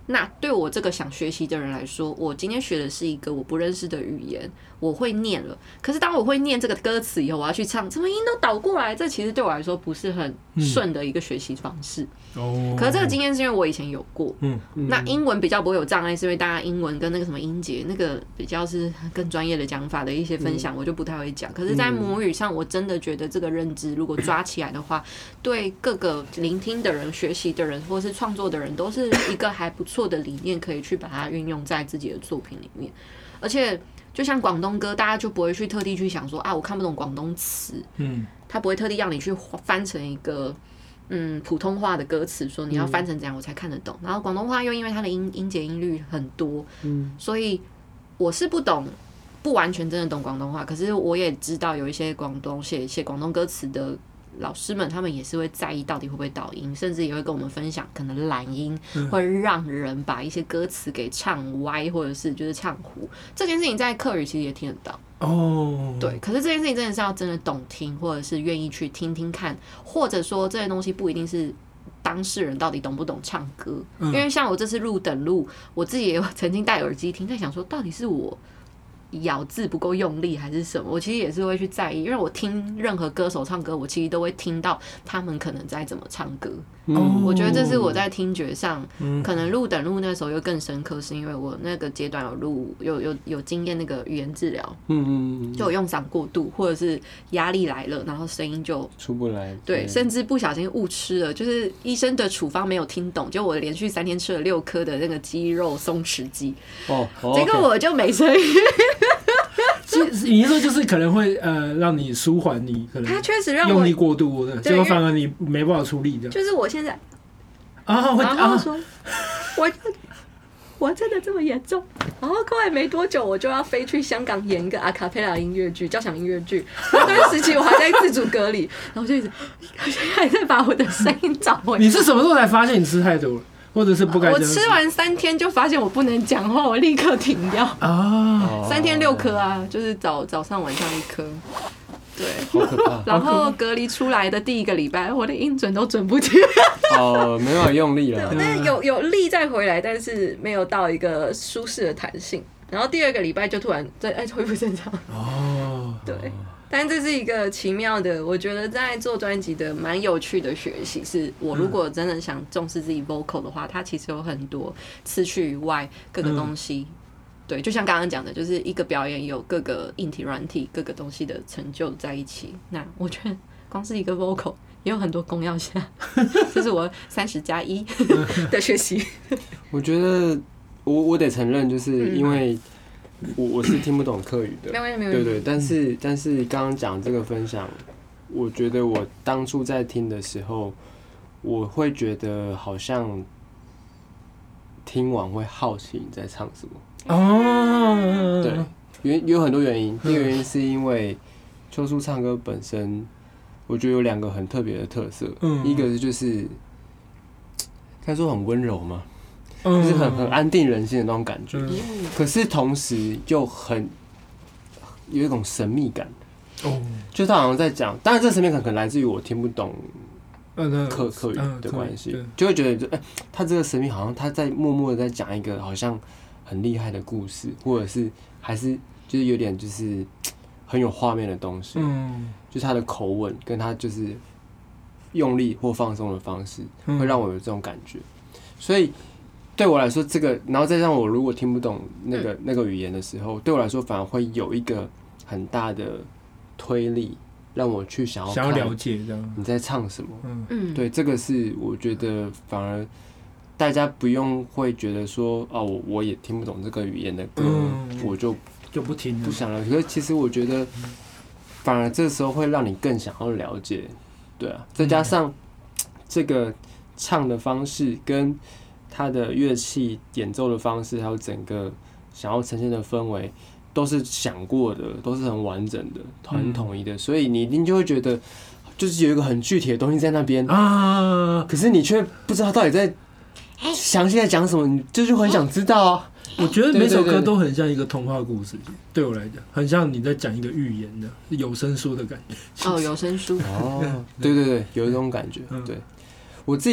那对我这个想学习的人来说，我今天学的是一个我不认识的语言，我会念了。可是当我会念这个歌词以后，我要去唱，怎么音都倒过来，这其实对我来说不是很顺的一个学习方式。嗯、可是这个经验是因为我以前有过。嗯、那英文比较不会有障碍，是因为大家英文跟那个什么音节，那个比较是更专业的讲法的一些分享，我就不太会讲。可是，在母语上，我真的觉得这个认知如果抓起来的话，对各个聆听的人、学习的人，或是创作的人，都是一个还不错的理念，可以去把它运用在自己的作品里面。而且，就像广东歌，大家就不会去特地去想说啊，我看不懂广东词，嗯，他不会特地让你去翻成一个嗯普通话的歌词，说你要翻成怎样我才看得懂。然后广东话又因为它的音音节音律很多，嗯，所以我是不懂。不完全真的懂广东话，可是我也知道有一些广东写写广东歌词的老师们，他们也是会在意到底会不会倒音，甚至也会跟我们分享，可能懒音会让人把一些歌词给唱歪，或者是就是唱糊。这件事情在客语其实也听得到哦。对，可是这件事情真的是要真的懂听，或者是愿意去听听看，或者说这些东西不一定是当事人到底懂不懂唱歌，嗯、因为像我这次录等录，我自己也有曾经戴耳机听，在想说到底是我咬字不够用力还是什么，我其实也是会去在意，因为我听任何歌手唱歌，我其实都会听到他们可能在怎么唱歌。嗯、我觉得这是我在听觉上，嗯、可能录等录那时候又更深刻，是因为我那个阶段有录有有有经验那个语言治疗，嗯就有用嗓过度，或者是压力来了，然后声音就出不来， 对，甚至不小心误吃了，就是医生的处方没有听懂，就我连续三天吃了六颗的那个肌肉松弛剂，哦，结果我就没声音。 你说就是可能会呃让你舒缓你可能他确实让我用力过度的，结果反而你没办法出力的。 就是我现在啊， 然后说，啊、我我真的这么严重？然后过来没多久，我就要飞去香港演一个阿卡贝拉音乐剧、交响音乐剧。那段时期我还在自主隔离，然后我就一直还在把我的声音找回来。 你是什么时候才发现你吃太多了？或者是不该？ 我吃完三天就发现我不能讲话，我立刻停掉啊！三天六颗啊，就是早早上晚上一颗，对， 好可怕。 然后隔离出来的第一个礼拜，我的音准都准不起。 哦，没办法用力了。 那有有力再回来，但是没有到一个舒适的弹性。然后第二个礼拜就突然再哎恢复正常。哦，对。但这是一个奇妙的，我觉得在做专辑的蛮有趣的学习。是我如果真的想重视自己 vocal 的话，它其实有很多词曲以外各个东西。嗯、对，就像刚刚讲的，就是一个表演有各个硬体、软体各个东西的成就在一起。那我觉得光是一个 vocal 也有很多功要下，这是我三十加一的学习。 我觉得我我得承认，就是因为。我我是听不懂客语的，对对，但是但是刚刚讲这个分享，我觉得我当初在听的时候，我会觉得好像听完会好奇你在唱什么哦，对，原有很多原因，第一个原因是因为秋树唱歌本身，我觉得有两个很特别的特色，嗯，一个就是该说很温柔嘛。就是很很安定人心的那种感觉，嗯、可是同时又很有一种神秘感。哦，就他好像在讲，当然这神秘感可能来自于我听不懂客客语的关系，嗯、就会觉得，哎、欸，他这个神秘好像他在默默的在讲一个好像很厉害的故事，或者是还是就是有点就是很有画面的东西。嗯，就是他的口吻跟他就是用力或放松的方式，会让我有这种感觉，所以。对我来说，这个，然后再让我如果听不懂那个、嗯、那个语言的时候，对我来说反而会有一个很大的推力，让我去想要想要了解这样你在唱什么。嗯，对，这个是我觉得反而大家不用会觉得说哦，我我也听不懂这个语言的歌，嗯、我就就不听了， 不想了。可是其实我觉得，反而这时候会让你更想要了解，对啊，再加上这个唱的方式跟。他的乐器演奏的方式，还有整个想要呈现的氛围，都是想过的，都是很完整的、很统一的，所以你一定就会觉得，就是有一个很具体的东西在那边啊，可是你却不知道到底在详细在讲什么，你就是很想知道啊。 我觉得每首歌都很像一个童话故事，对我来讲，很像你在讲一个寓言的有声书的感觉。 哦，有声书。 哦，对对对，有一种感觉。对我自己。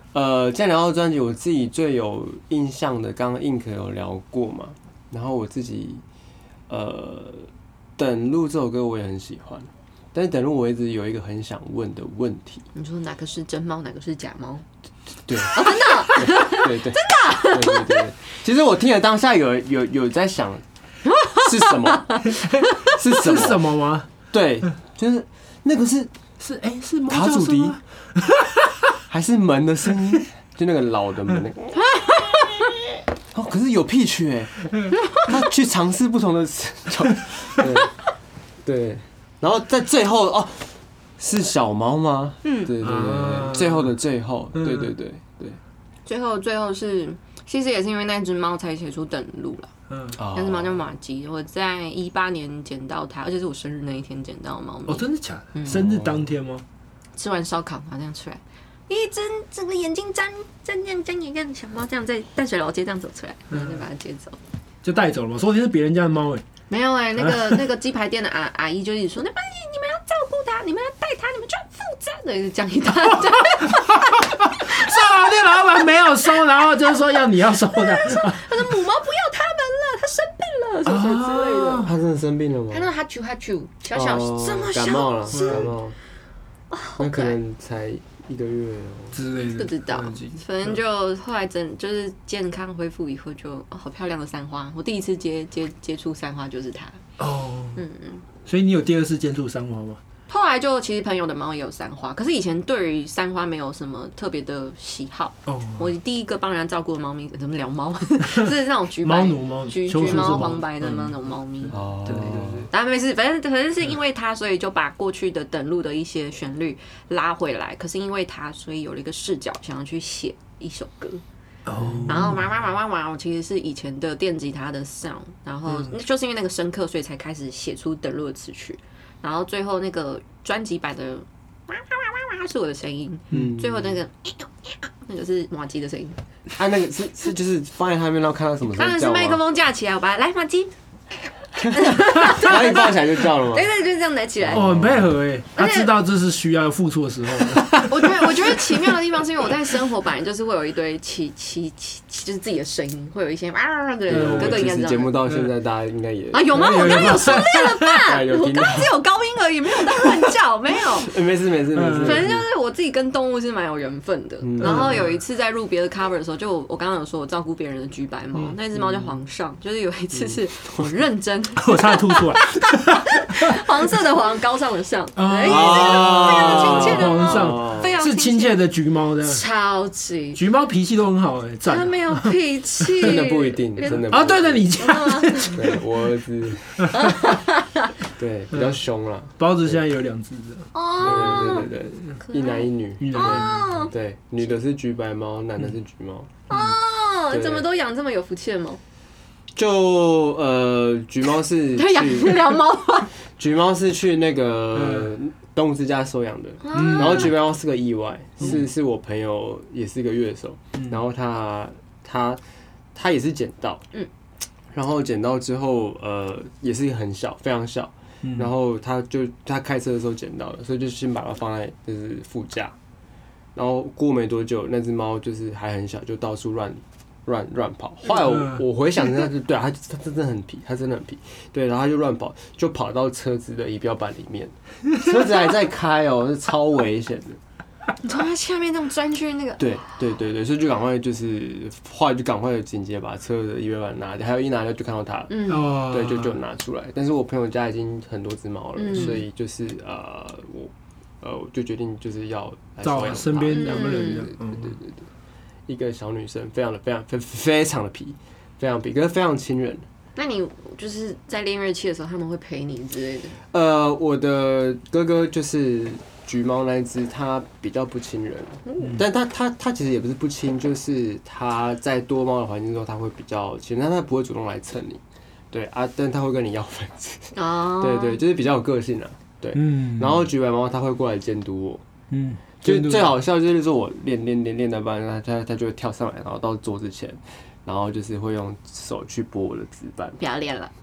呃，既然聊到专辑，我自己最有印象的，刚刚 Ink 有聊过嘛，然后我自己呃，等路这首歌我也很喜欢，但是等路我一直有一个很想问的问题， 你说哪个是真猫，哪个是假猫？ 对， 哦，真的， 对对，真的，对对对。其实我听了当下有有有在想是什么，是什么是什么吗？ 对，就是那个是是哎、欸、是卡祖笛，还是门的声音？就那个老的门那个。哦，可是有 pitch 哎，他去尝试不同的，对对，然后在最后哦。是小猫吗？嗯，对对对对，啊、最后的最后，对对对对， 最后最后是，其实也是因为那只猫才写出等路了。嗯，那只猫叫马吉，我在一八年捡到它，而且是我生日那一天捡到猫咪。 哦，真的假的？嗯、生日当天吗？ 吃完烧烤，然后这样出来，一睁整个眼睛睁睁这样睁眼看小猫这样在淡水老街这样走出来，然后就把它接走， 就带走了嘛。说的是别人家的猫哎。 没有哎、欸，那个那个鸡排店的阿阿姨就一直说，那不你们要照顾它，你们要带它，你们就要负责的，讲一大堆。 烧烤店老板没有收，然后就是说要你要收的。 他说母猫不要它们了，它生病了，什么什么之类的。 它真的生病了吗？ 它那哈啾哈啾，小小这么小， 感冒了，感冒。那可能才一个月之类的， 不知道。反正就后来真就是健康恢复以后就，就、哦、好漂亮的三花。我第一次接接接触三花就是它。 哦，嗯嗯。所以你有第二次接触三花吗？ 后来就其实朋友的猫也有三花，可是以前对于三花没有什么特别的喜好。哦。我第一个帮人家照顾的猫咪，怎么聊猫？是那种橘白、橘橘猫、黄白的那种猫咪。哦。对对对。当然没事，反正反正是因为它，所以就把过去的等路的一些旋律拉回来。可是因为它，所以有了一个视角，想要去写一首歌。哦。然后哇哇哇哇哇，其实是以前的电吉他的 sound， 然后就是因为那个深刻，所以才开始写出等路的词曲。然后最后那个专辑版的哇哇哇哇哇是我的声音，嗯，最后那个那个是马吉的声音。 啊，那个是是就是放在他那边，然后看到什么时候叫吗？ 当然是麦克风架起来，我把它来马吉。 然后你抱起来就叫了吗？ 对对，就这样拿起来。 哦，很配合哎，他知道这是需要付出的时候。 我觉得，我觉得奇妙的地方是因为我在生活本来就是会有一堆奇奇奇，就是自己的声音，会有一些啊，对，哥哥应该知道。 节目到现在，大家应该也啊有吗？我刚刚有熟练了吧？我刚刚只有高音而已，没有到乱叫，没有。 没事没事没事。 反正就是我自己跟动物是蛮有缘分的。然后有一次在录别的 cover 的时候，就我刚刚有说我照顾别人的橘白猫，那只猫叫皇上，就是有一次是我认真。 我差点吐出来。 黄色的黄，高尚的上，哎， 非常亲切的猫，非常是亲切的橘猫的， 超级橘猫脾气都很好哎， 它没有脾气， 真的不一定，真的啊，对对，你家， 对我儿子，对比较凶啦。 包子现在有两只的， 哦， 对对对对，一男一女， 一男一女， 对，女的是橘白猫，男的是橘猫。 哦，怎么都养这么有福气的猫？ 就呃，橘猫是去养猫吗？ 橘猫是去那个动物之家收养的，嗯、然后橘白猫是个意外，嗯、是是我朋友也是个乐手，嗯、然后他他他也是捡到，嗯、然后捡到之后呃也是很小，非常小，嗯、然后他就他开车的时候捡到的，所以就先把它放在就是副驾，然后过没多久那只猫就是还很小，就到处乱。乱乱跑，后来我我回想一下，就对啊，他他真的很皮，他真的很皮，对，然后他就乱跑，就跑到车子的仪表板里面，车子还在开哦，是超危险的。 你从他下面那种钻去那个， 对对对对，所以就赶快就是后来就赶快紧接把车的仪表板拿掉，还有一拿掉就看到他，嗯，对，就就拿出来。但是我朋友家已经很多只猫了，嗯、所以就是呃我呃我就决定就是要找身边两个人， 对对对对对。一个小女生，非常的非常非非常的皮，非常皮，可是非常亲人。 那你就是在练乐器的时候，他们会陪你之类的？ 呃，我的哥哥就是橘猫那一只，他比较不亲人，嗯、但他他他其实也不是不亲，就是他在多猫的环境中，他会比较亲，但他不会主动来蹭你，对啊，但他会跟你要粉丝，哦，对对，就是比较有个性啊，对，嗯、然后橘白猫他会过来监督我，嗯。就最好笑就是说我练练练练到半，他他他就会跳上来，然后到桌子前，然后就是会用手去拨我的指板。 不要练了，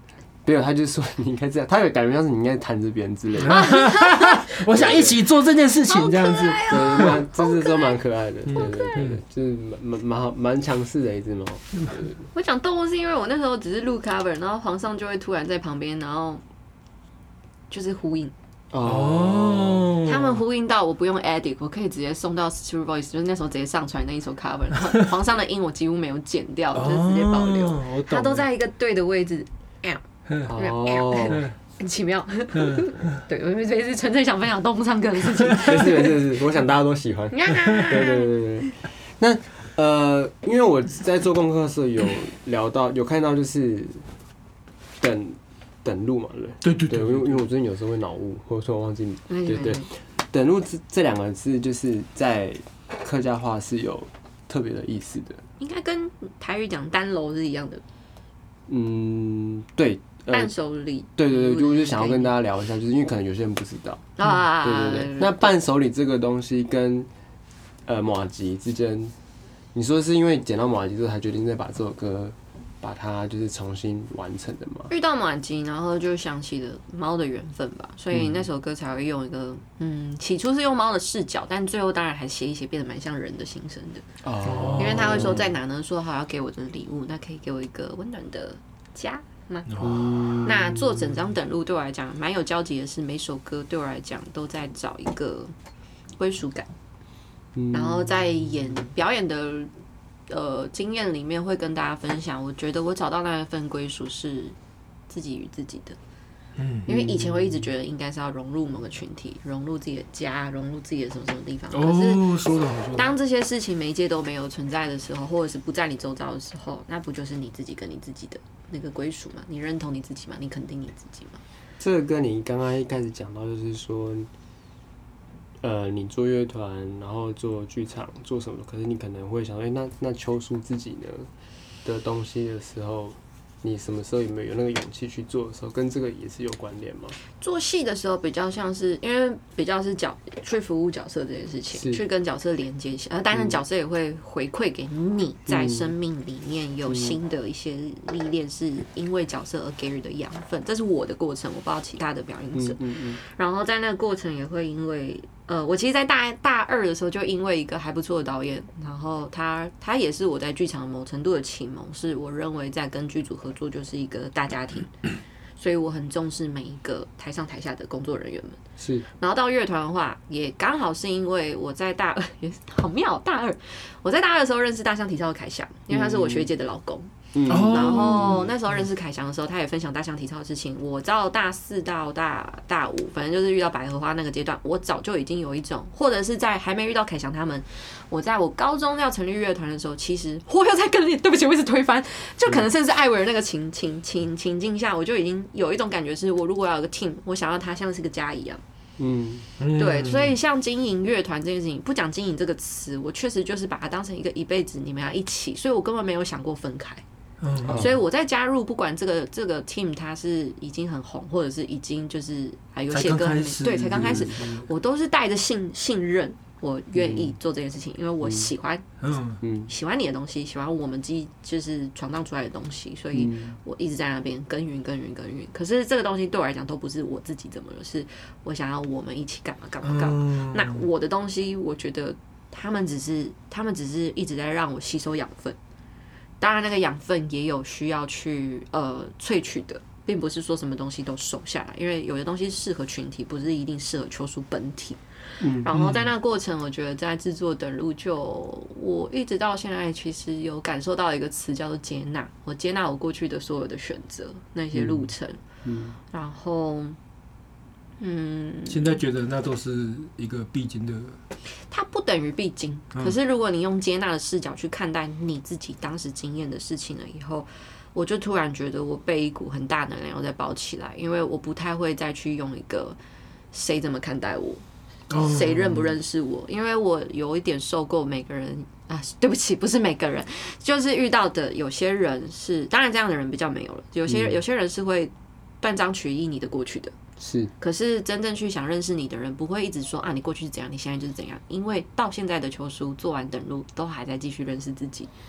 没有，他就说你应该这样，他有感觉像是你应该弹这边之类的。 我想一起做这件事情，这样子， 对，蛮就是说蛮可爱的，对对对，就是蛮蛮好蛮强势的一只猫。 我讲动物是因为我那时候只是录 cover， 然后皇上就会突然在旁边，然后就是呼应。哦，他们呼应到我不用 edit， 我可以直接送到 Studio Voice， 就是那时候直接上传那一首 cover， 然后皇上的音我几乎没有剪掉，就是直接保留，哦、他都在一个对的位置。哦，很奇妙。对，我每次纯粹想分享动物唱歌的事情。 没事没事没事，我想大家都喜欢。对对对对对。那呃，因为我在做功课的时候有聊到，有看到就是等等路嘛，对对对对， 因为因为我最近有时候会脑雾，或者说我忘记，对对，等路这这两个字就是在客家话是有特别的意思的， 应该跟台语讲单楼是一样的。 嗯，对。 伴手礼， 对对对，就是想要跟大家聊一下，就是因为可能有些人不知道啊，对对对。那伴手礼这个东西跟呃麻糬之间，你说是因为捡到麻糬之后才决定再把这首歌把它就是重新完成的吗？ 遇到麻糬，然后就想起了猫的缘分吧，所以那首歌才会用一个嗯，起初是用猫的视角，但最后当然还写一写，变得蛮像人的心声的哦。因为他会说在哪呢？说好要给我的礼物，那可以给我一个温暖的家。嗯、那做整张等路对我来讲蛮有交集的是，每首歌对我来讲都在找一个归属感，嗯、然后在演表演的呃经验里面会跟大家分享，我觉得我找到那一份归属是自己与自己的。嗯，因为以前我一直觉得应该是要融入某个群体，融入自己的家，融入自己的什么什么地方。可是当这些事情媒介都没有存在的时候，或者是不在你周遭的时候，那不就是你自己跟你自己的那个归属吗？你认同你自己吗？你肯定你自己吗？ 这个跟你刚刚一开始讲到，就是说，呃，你做乐团，然后做剧场，做什么？可是你可能会想，哎、欸，那那秋树自己呢的东西的时候。你什么时候有没有有那个勇气去做的时候，跟这个也是有关联吗？ 做戏的时候比较像是，因为比较是角去服务角色这件事情，去跟角色连接起来，当然角色也会回馈给你在生命里面有新的一些历练，是因为角色而给予的养分，这是我的过程，我不知道其他的表演者。嗯嗯嗯、然后在那个过程也会因为。呃，我其实，在大大二的时候，就因为一个还不错的导演，然后他他也是我在剧场某程度的启蒙，是我认为在跟剧组合作就是一个大家庭，所以我很重视每一个台上台下的工作人员们。 是， 然后到乐团的话，也刚好是因为我在大二，也好妙，大二我在大二的时候认识大象体操的凯翔，因为他是我学姐的老公。嗯，然后那时候认识凯翔的时候，他也分享大象体操的事情。我到大四到大大五，反正就是遇到百合花那个阶段，我早就已经有一种，或者是在还没遇到凯翔他们，我在我高中要成立乐团的时候，其实我又在跟你，对不起，我一直推翻，就可能甚至艾薇儿那个情情情情境下，我就已经有一种感觉，是我如果要有个 team， 我想要它像是个家一样。嗯，对，所以像经营乐团这件事情，不讲经营这个词，我确实就是把它当成一个一辈子你们要一起，所以我根本没有想过分开。所以我在加入，不管这个这个 team 它是已经很红，或者是已经就是还有些歌还没对才刚开始，我都是带着信信任，我愿意做这件事情，因为我喜欢，嗯喜欢你的东西，喜欢我们基就是闯荡出来的东西，所以我一直在那边耕耘耕耘耕耘。可是这个东西对我来讲都不是我自己怎么了，是我想要我们一起干嘛干嘛干嘛。那我的东西，我觉得他们只是他们只是一直在让我吸收养分。当然，那个养分也有需要去呃萃取的，并不是说什么东西都收下来，因为有的东西适合群体，不是一定适合秋树本体。嗯，然后在那个过程，我觉得在制作等路就，我一直到现在其实有感受到一个词叫做接纳，我接纳我过去的所有的选择，那些路程，嗯，然后。嗯， 现在觉得那都是一个必经的， 它不等于必经。嗯、可是如果你用接纳的视角去看待你自己当时经验的事情了以后，我就突然觉得我被一股很大能量再包起来，因为我不太会再去用一个谁怎么看待我，谁、哦、认不认识我，因为我有一点受够每个人啊，对不起，不是每个人，就是遇到的有些人是，当然这样的人比较没有了，有些、嗯、有些人是会断章取义你的过去的。 是， 可是真正去想认识你的人，不会一直说啊，你过去是怎样，你现在就是怎样，因为到现在的秋书做完等路，都还在继续认识自己。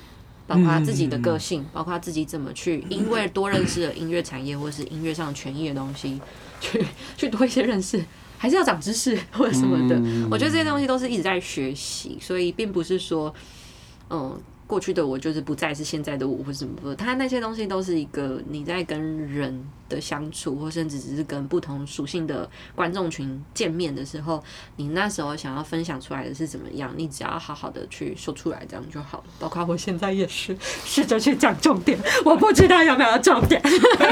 包括自己的个性，包括自己怎么去，因为多认识了音乐产业或是音乐上权益的东西，去去多一些认识，还是要长知识或者什么的。我觉得这些东西都是一直在学习，所以并不是说，嗯。过去的我就是不再是现在的我，或什么的，它那些东西都是一个你在跟人的相处，或甚至只是跟不同属性的观众群见面的时候，你那时候想要分享出来的是怎么样，你只要好好的去说出来，这样就好了。包括我现在也是试着去讲重点，我不知道有没有重点。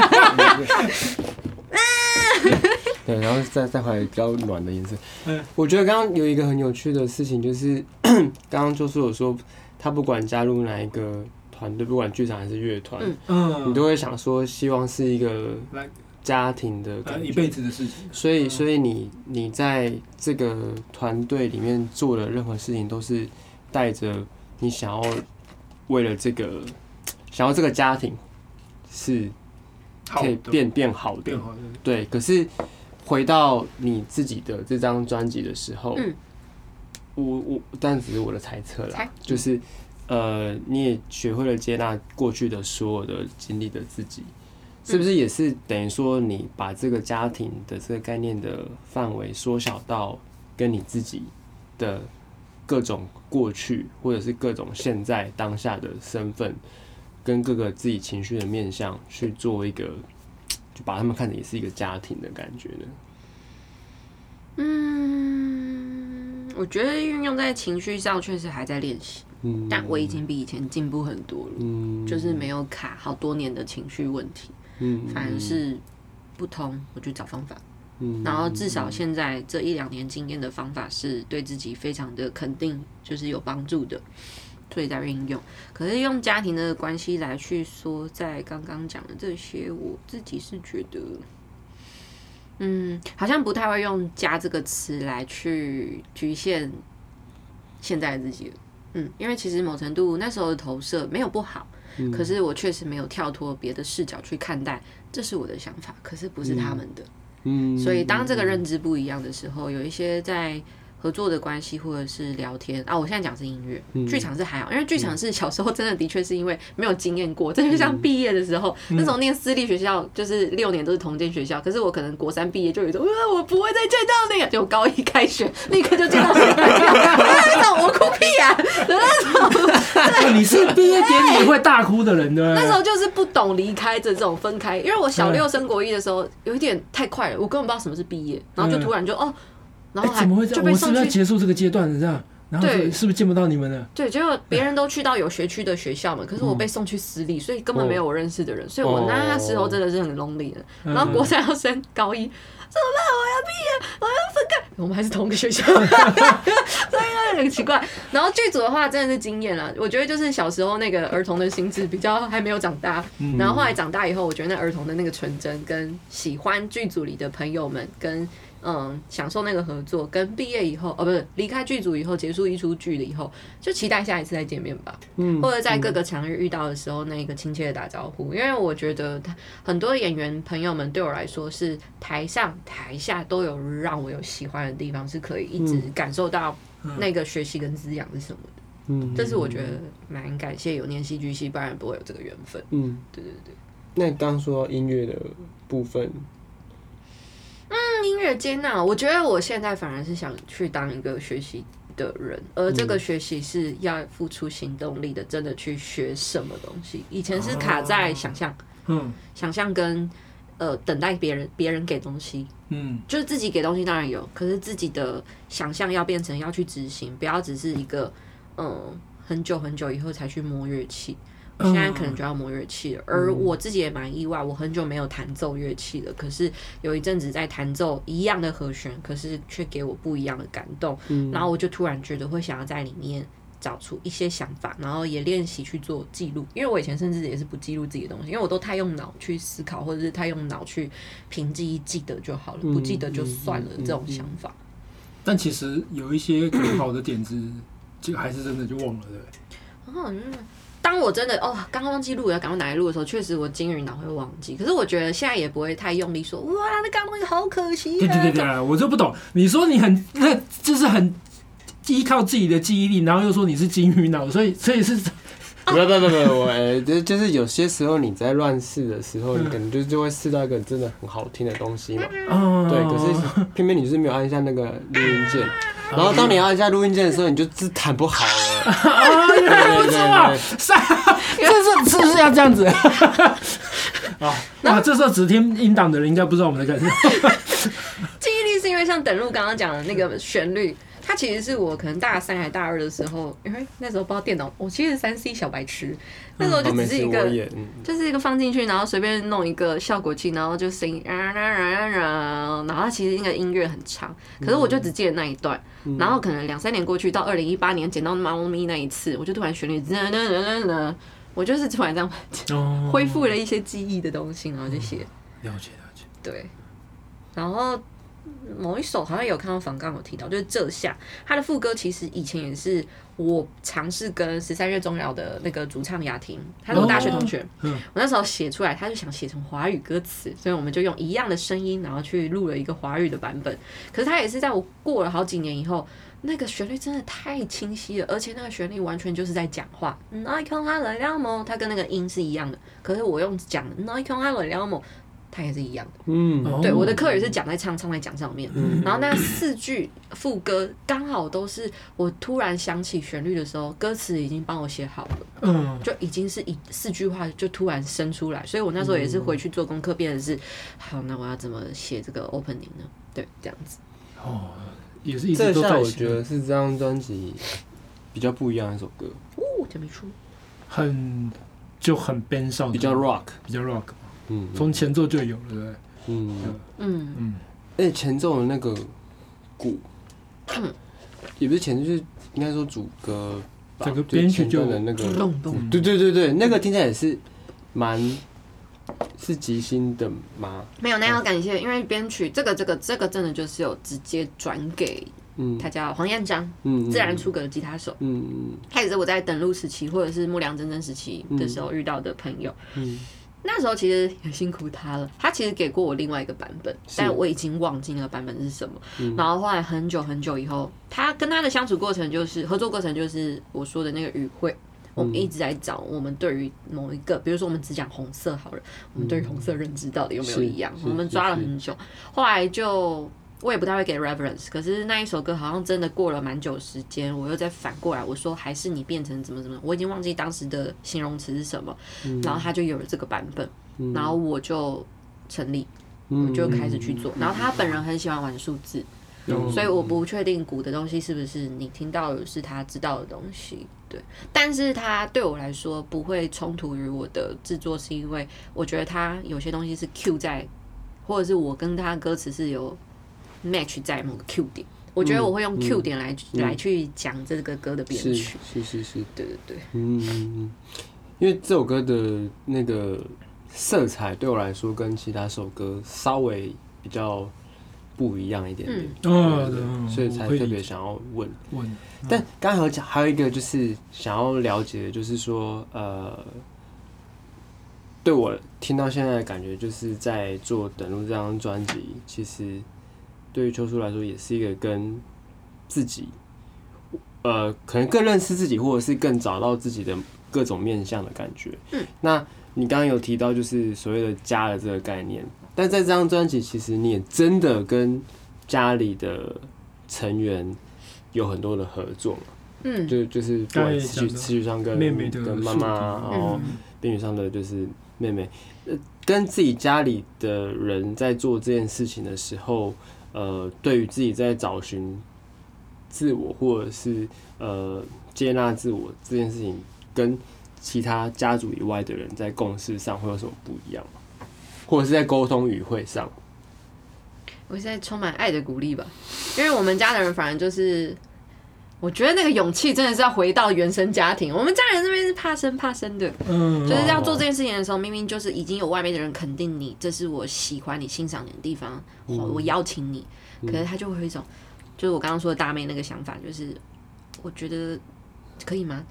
对，然后再再回来比较暖的颜色。嗯，我觉得刚刚有一个很有趣的事情，就是刚刚就是有说。他不管加入哪一个团队，不管剧场还是乐团，嗯，你都会想说，希望是一个家庭的感觉， 一辈子的事情。 所以，所以你你在这个团队里面做的任何事情，都是带着你想要为了这个，想要这个家庭是可以变变好的， 变好的。 对，可是回到你自己的这张专辑的时候。嗯我我，但只是我的猜测啦，就是，呃，你也学会了接纳过去的所有的经历的自己，是不是也是等于说你把这个家庭的这个概念的范围缩小到跟你自己的各种过去，或者是各种现在当下的身份，跟各个自己情绪的面向去做一个，就把他们看成也是一个家庭的感觉呢？ 嗯，我觉得运用在情绪上确实还在练习，嗯，但我已经比以前进步很多了，嗯，就是没有卡好多年的情绪问题，嗯，反而是不通，我去找方法，嗯，然后至少现在这一两年经验的方法是对自己非常的肯定，就是有帮助的，所以在运用。可是用家庭的关系来去说，在刚刚讲的这些，我自己是觉得。嗯，好像不太会用“家”这个词来去局限现在的自己。嗯，因为其实某程度那时候的投射没有不好，嗯、可是我确实没有跳脱别的视角去看待，这是我的想法，可是不是他们的。嗯，所以当这个认知不一样的时候，有一些在合作的关系或者是聊天啊，我现在讲是音乐，剧场是还好，因为剧场是小时候真的的确是因为没有经验过，这就像毕业的时候，嗯、那时候念私立学校就是六年都是同间学校，可是我可能国三毕业就有一种，呃，我不会再见到那个，就高一开学立刻就见到小朋友，那种我哭屁啊的那种。你是毕业典礼会大哭的人对？ 那时候就是不懂离开的这种分开，因为我小六升国一的时候有一点太快了，我根本不知道什么是毕业，然后就突然就哦。然后还怎么会这样？我是不是要结束这个阶段的这样？然后是不是见不到你们了？ 对，结果别人都去到有学区的学校嘛，可是我被送去私立，所以根本没有我认识的人，所以我那时候真的是很 lonely 的。然后国三要升高一，怎么办？我要毕业，我要分开。我们还是同个学校，所以很奇怪。然后剧组的话真的是经验啦，我觉得就是小时候那个儿童的心智比较还没有长大，然后后来长大以后，我觉得那儿童的那个纯真跟喜欢剧组里的朋友们跟。嗯，享受那个合作，跟毕业以后，哦，不是离开剧组以后，结束一出剧了以后，就期待下一次再见面吧。嗯，或者在各个场域遇到的时候，那个亲切的打招呼。因为我觉得很多演员朋友们对我来说是台上台下都有让我有喜欢的地方，是可以一直感受到那个学习跟滋养是什么的。嗯，这是我觉得蛮感谢有念戏剧系，不然不会有这个缘分。嗯，对对对。 那你刚刚说到音乐的部分。 嗯，音乐接纳，我觉得我现在反而是想去当一个学习的人，而这个学习是要付出行动力的，真的去学什么东西。以前是卡在想象，嗯，想象跟呃等待别人，别人给东西，嗯，就是自己给东西当然有，可是自己的想象要变成要去执行，不要只是一个嗯很久很久以后才去摸乐器。我现在可能就要摸乐器了，而我自己也蛮意外，我很久没有弹奏乐器了。可是有一阵子在弹奏一样的和弦，可是却给我不一样的感动。嗯、然后我就突然觉得会想要在里面找出一些想法，然后也练习去做记录。因为我以前甚至也是不记录自己的东西，因为我都太用脑去思考，或者是太用脑去凭记忆记得就好了，不记得就算了、嗯、这种想法。 但其实有一些很好的点子，就还是真的就忘了，对不对？ 哦，嗯。当我真的哦，刚刚忘记录要赶快拿来录的时候，确实我金鱼脑会忘记。可是我觉得现在也不会太用力说，哇，那刚刚东西好可惜、啊。 对对对对，我就不懂。你说你很，那就是很依靠自己的记忆力，然后又说你是金鱼脑，所以所以是。 不不不不，我呃，就是有些时候你在乱试的时候，你可能就就会试到一个真的很好听的东西嘛。对，可是偏偏你就是没有按一下那个录音键，然后当你按一下录音键的时候，你就字弹不好了。 啊，原来如此啊！这是是不是要这样子？啊，那这时候只听音档的人应该不知道我们在干什么。 记忆力是因为像等路刚刚讲的那个旋律。它其实是我可能大三还大二的时候，因为那时候不知道电脑，我其实三 C 小白痴，那时候就只是一个，嗯、就是一个放进去，然后随便弄一个效果器，然后就声音，然后它其实那个音乐很长，可是我就只记得那一段，嗯、然后可能两三年过去，到二零一八年捡到猫咪那一次，我就突然旋律，我就是突然这样恢复了一些记忆的东西，然后就写， 了解了解， 对，然后。某一首好像有看到访纲有提到，就是这下他的副歌其实以前也是我尝试跟十三月钟瑶的那个主唱雅婷，他是我大学同学，哦、我那时候写出来，他就想写成华语歌词，所以我们就用一样的声音，然后去录了一个华语的版本。可是他也是在我过了好几年以后，那个旋律真的太清晰了，而且那个旋律完全就是在讲话。那看他来了么，他跟那个音是一样的，可是我用讲的那看他来了么。它也是一样的，嗯，对，我的课也是讲在唱，唱在讲上面，嗯、然后那四句副歌刚好都是我突然想起旋律的时候，歌词已经帮我写好了，嗯，就已经是一四句话就突然生出来，所以我那时候也是回去做功课，变成是，好，那我要怎么写这个 opening 呢？对，这样子。 哦，也是一直都在。 这下我觉得是这张专辑比较不一样的一首歌， 哦，真没出， 很就很边上， 比较 rock， 比较 rock。嗯，从前奏就有了，对不对？ 嗯嗯嗯，而且前奏的那个鼓，嗯，也不是前奏，就是应该说主歌， 整个编曲就的那个咚咚， 对对对对，那个听起来也是蛮是即兴的吗？ 没有，那要感谢，因为编曲这个这个这个真的就是有直接转给。嗯，他叫黄彦章，嗯，自然出格的吉他手，嗯嗯，他也是我在等路时期或者是木良真真时期的时候遇到的朋友，嗯。那时候其实也辛苦他了，他其实给过我另外一个版本，但我已经忘记那个版本是什么。嗯、然后后来很久很久以后，他跟他的相处过程就是合作过程，就是我说的那个语汇，我们一直在找我们对于某一个，比如说我们只讲红色好了，我们对于红色认知到底有没有一样？我们抓了很久，后来就。我也不太会给 reference， 可是那一首歌好像真的过了蛮久时间，我又再反过来我说还是你变成怎么怎么，我已经忘记当时的形容词是什么，嗯、然后他就有了这个版本，嗯、然后我就成立，嗯、我就开始去做。然后他本人很喜欢玩数字，嗯、所以我不确定鼓的东西是不是你听到的是他知道的东西，对。但是他对我来说不会冲突于我的制作，是因为我觉得他有些东西是 Q 在，或者是我跟他歌词是有。match 在某个 Q 点，我觉得我会用 Q 点来、嗯、来去讲这个歌的编曲， 是是是， 对对对， 嗯嗯，因为这首歌的那个色彩对我来说跟其他首歌稍微比较不一样一点点，嗯，对，所以才特别想要问问。嗯、但刚才有讲，还有一个就是想要了解的，就是说，呃，对我听到现在的感觉，就是在做《等路》这张专辑，其实。对于秋树来说，也是一个跟自己，呃，可能更认识自己，或者是更找到自己的各种面向的感觉。嗯，那你刚刚有提到就是所谓的家的这个概念，但在这张专辑，其实你也真的跟家里的成员有很多的合作嘛。嗯，就就是不管词曲词曲上跟妹妹的跟妈妈，然后编曲上的就是妹妹，呃，跟自己家里的人在做这件事情的时候。呃，对于自己在找寻自我，或者是呃接纳自我这件事情，跟其他家族以外的人在共识上会有什么不一样吗？或者是在沟通语汇上？ 我现在充满爱的鼓励吧，因为我们家的人反而就是，我觉得那个勇气真的是要回到原生家庭。我们家人这边是怕生怕生的，嗯，就是要做这件事情的时候，明明就是已经有外面的人肯定你，这是我喜欢你、欣赏你的地方，我我邀请你，可是他就会有一种，就是我刚刚说的大妹那个想法，就是我觉得可以吗？就是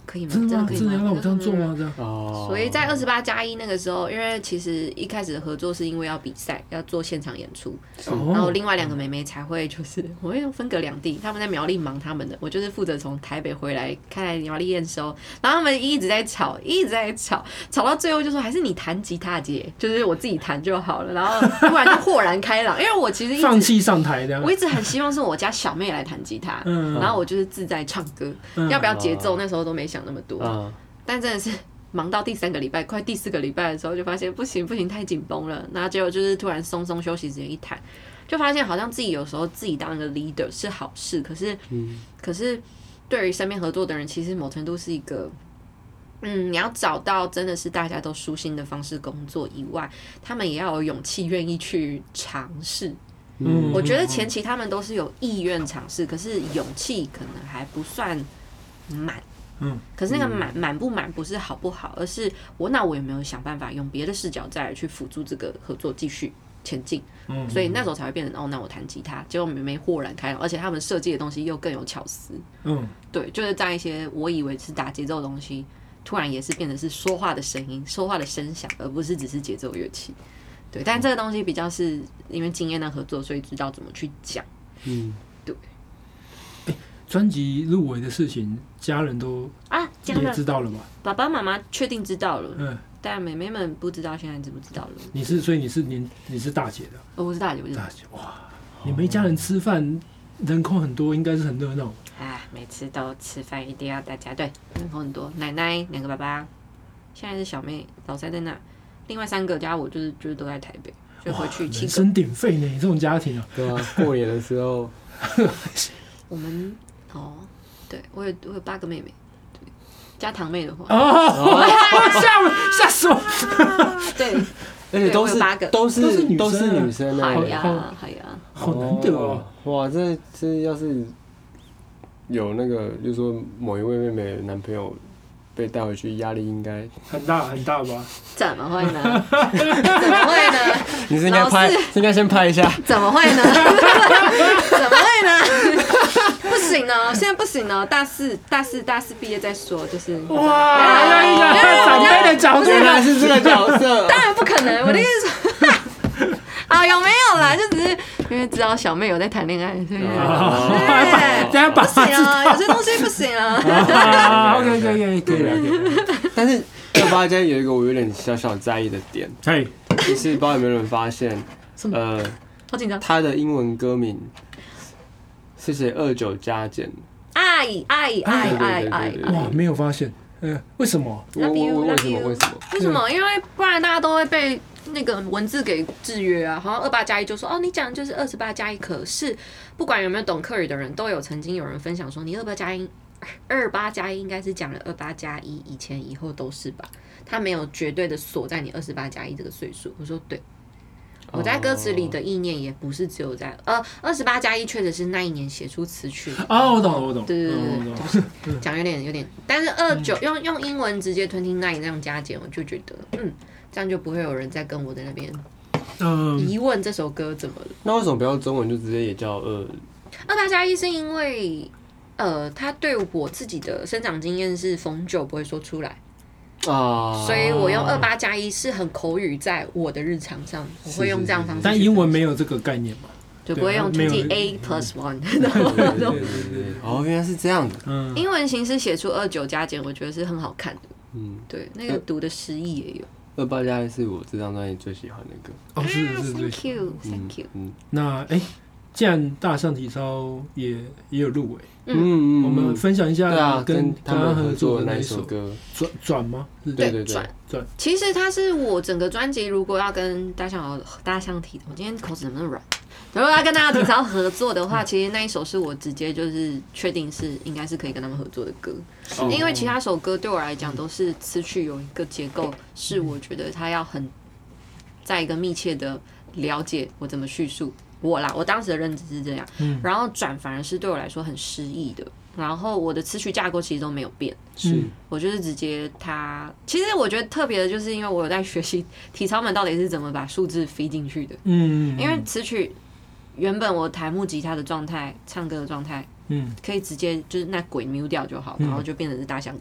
可以吗？ 真的吗？ 可以真的要让我这样做吗？这样。 哦。 所以在二十八加一那个时候，因为其实一开始的合作是因为要比赛，要做现场演出，然后另外两个妹妹才会就是我会分隔两地，他们在苗栗忙他们的，我就是负责从台北回来开苗栗验收，然后他们一直在吵，一直在吵，吵到最后就说还是你弹吉他姐，就是我自己弹就好了，然后突然就豁然开朗，因为我其实一直放弃上台的， 我一直很希望是我家小妹来弹吉他，嗯、然后我就是自在唱歌，嗯、要不要节奏那时候都没想那么多，嗯、但真的是忙到第三个礼拜，快第四个礼拜的时候，就发现不行不行，太紧绷了。然后结果就是突然松松休息时间一弹，就发现好像自己有时候自己当一个 leader 是好事，可是，嗯、可是对于身边合作的人，其实某程度是一个，嗯，你要找到真的是大家都舒心的方式工作以外，他们也要有勇气，愿意去尝试。嗯，我觉得前期他们都是有意愿尝试，可是勇气可能还不算满。嗯，可是那个满满不满不是好不好，而是我那我有没有想办法用别的视角再来去辅助这个合作继续前进。嗯，所以那时候才会变成哦，那我弹吉他，结果妹妹豁然开朗，而且他们设计的东西又更有巧思。嗯，对，就是在一些我以为是打节奏的东西，突然也是变成是说话的声音、说话的声响，而不是只是节奏乐器。对，但这个东西比较是因为经验的合作，所以知道怎么去讲。嗯，对。 专辑入围的事情，家人都啊也知道了吧？ 爸爸妈妈确定知道了，嗯，但妹妹们不知道，现在知不知道了？ 你是，所以你是你你是大姐的？ 哦，我是大姐，我是大姐。哇，你们一家人吃饭，人口很多，应该是很热闹。 啊，每次都吃饭一定要大家对，人口很多，奶奶两个爸爸，现在是小妹，老三在那，另外三个家我就是就是都在台北，就回去七个。 人声鼎沸呢，这种家庭啊。 对啊，过年的时候， 我们。哦，对我有我有八个妹妹，对，加堂妹的话， 哦，吓吓死我！ 对， 而且都是八个， 都是都是女生啊， 哎呀哎呀， 好难得哦！ 哇，这这要是有那个，就是说某一位妹妹的男朋友被带回去，压力应该很大很大吧？ 怎么会呢？怎么会呢？ 你是应该拍，应该先拍一下。 怎么会呢？怎么会呢？不行哦，现在不行哦，大四、大四、大四毕业再说，就是哇，要一个长辈的角度， 原来是这个角色， 当然不可能，我的意思说，啊，有没有啦？就只是因为知道小妹有在谈恋爱，所以对， 等下把不行啊，有些东西不行啊。 OK OK OK 可以了，可以了。 但是二八家有一个我有点小小在意的点， 嘿， 就是不知道有没有人发现，呃， 好紧张， 他的英文歌名。是写二九加减， 爱爱爱爱爱， 哇，没有发现，呃，为什么？ 我我为什么为什么？ 为什么？因为不然大家都会被那个文字给制约啊。好像二八加一就说哦，你讲的就是二十八加一，可是不管有没有懂客语的人，都有曾经有人分享说，你二八加一，二八加一应该是讲了二八加一，以前以后都是吧？他没有绝对的锁在你二十八加一这个岁数。我说对。我在歌词里的意念也不是只有在呃二十八加一，确实是那一年写出词曲。 哦，我懂了，我懂。 对对对对，讲有点有点，但是二九用用英文直接 twenty nine 这样加减，我就觉得嗯，这样就不会有人再跟我在那边疑问这首歌怎么了。 那为什么不要中文就直接也叫二？ 二八加一是因为呃，他对我自己的生长经验是逢九不会说出来。啊，所以我用二八加一是很口语，在我的日常上，我会用这样方式。 但英文没有这个概念嘛， 就不会用 twenty eight plus one。 对对对对，哦，原来是这样的。 嗯，英文形式写出二九加减，我觉得是很好看的。嗯，对，那个读的诗意也有。 二八加一是我这张专辑最喜欢的歌。 哦，是是是 ，Thank you，Thank you。 嗯，那哎，既然大象体操也也有入围。嗯，我们分享一下跟他们合作的那一首歌，转转吗？ 对对转转。其实它是我整个专辑，如果要跟大象大象体，我今天口齿怎么那么软？如果要跟大象体操合作的话，其实那一首是我直接就是确定是应该是可以跟他们合作的歌，因为其他首歌对我来讲都是词曲有一个结构，是我觉得它要很在一个密切的了解我怎么叙述。我啦，我当时的认知是这样，嗯、然后转反而是对我来说很诗意的，然后我的词曲架构其实都没有变， 是我就是直接它，其实我觉得特别的就是因为我有在学习体操们到底是怎么把数字飞进去的，嗯，因为词曲原本我弹木吉他的状态、唱歌的状态，嗯，可以直接就是那轨 mute 掉就好，然后就变成是大象轨，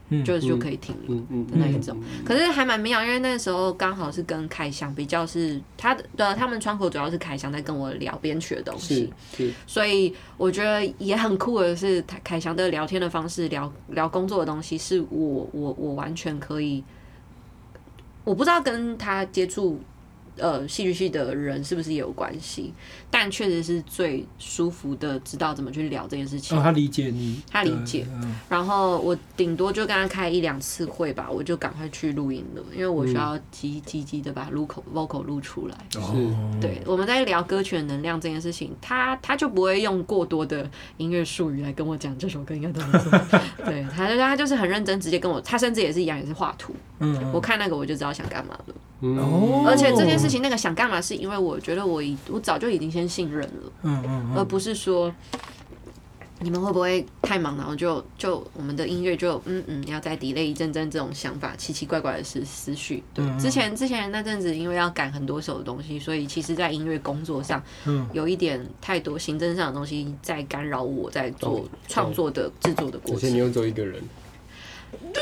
嗯、就就可以停了的那一种。嗯嗯、可是还蛮妙，因为那时候刚好是跟凯翔比较是他的，他们窗口主要是凯翔在跟我聊编曲的东西，所以我觉得也很酷的是，凯翔的聊天的方式，聊聊工作的东西，是我我我完全可以，我不知道跟他接触。呃，戏剧系的人是不是也有关系？但确实是最舒服的，知道怎么去聊这件事情。 哦，他理解你， 他理解。嗯、然后我顶多就跟他开一两次会吧，我就赶快去录音了，因为我需要急急急的把 vocal vocal 录出来。 哦， 对，我们在聊歌曲的能量这件事情，他他就不会用过多的音乐术语来跟我讲这首歌应该怎么做。对，他就他就是很认真，直接跟我，他甚至也是一样，也是画图。嗯，我看那个我就知道想干嘛了。 哦， 而且这件事情，那个想干嘛，是因为我觉得我已我早就已经先信任了， 嗯嗯， 而不是说你们会不会太忙，然后就就我们的音乐就嗯嗯要再 delay 一阵阵这种想法，奇奇怪怪的思思绪。对，嗯、之前之前那阵子因为要赶很多首的东西，所以其实在音乐工作上，嗯，有一点太多行政上的东西在干扰我在做创作的制作的过程。 而且你又只有一个人。 对。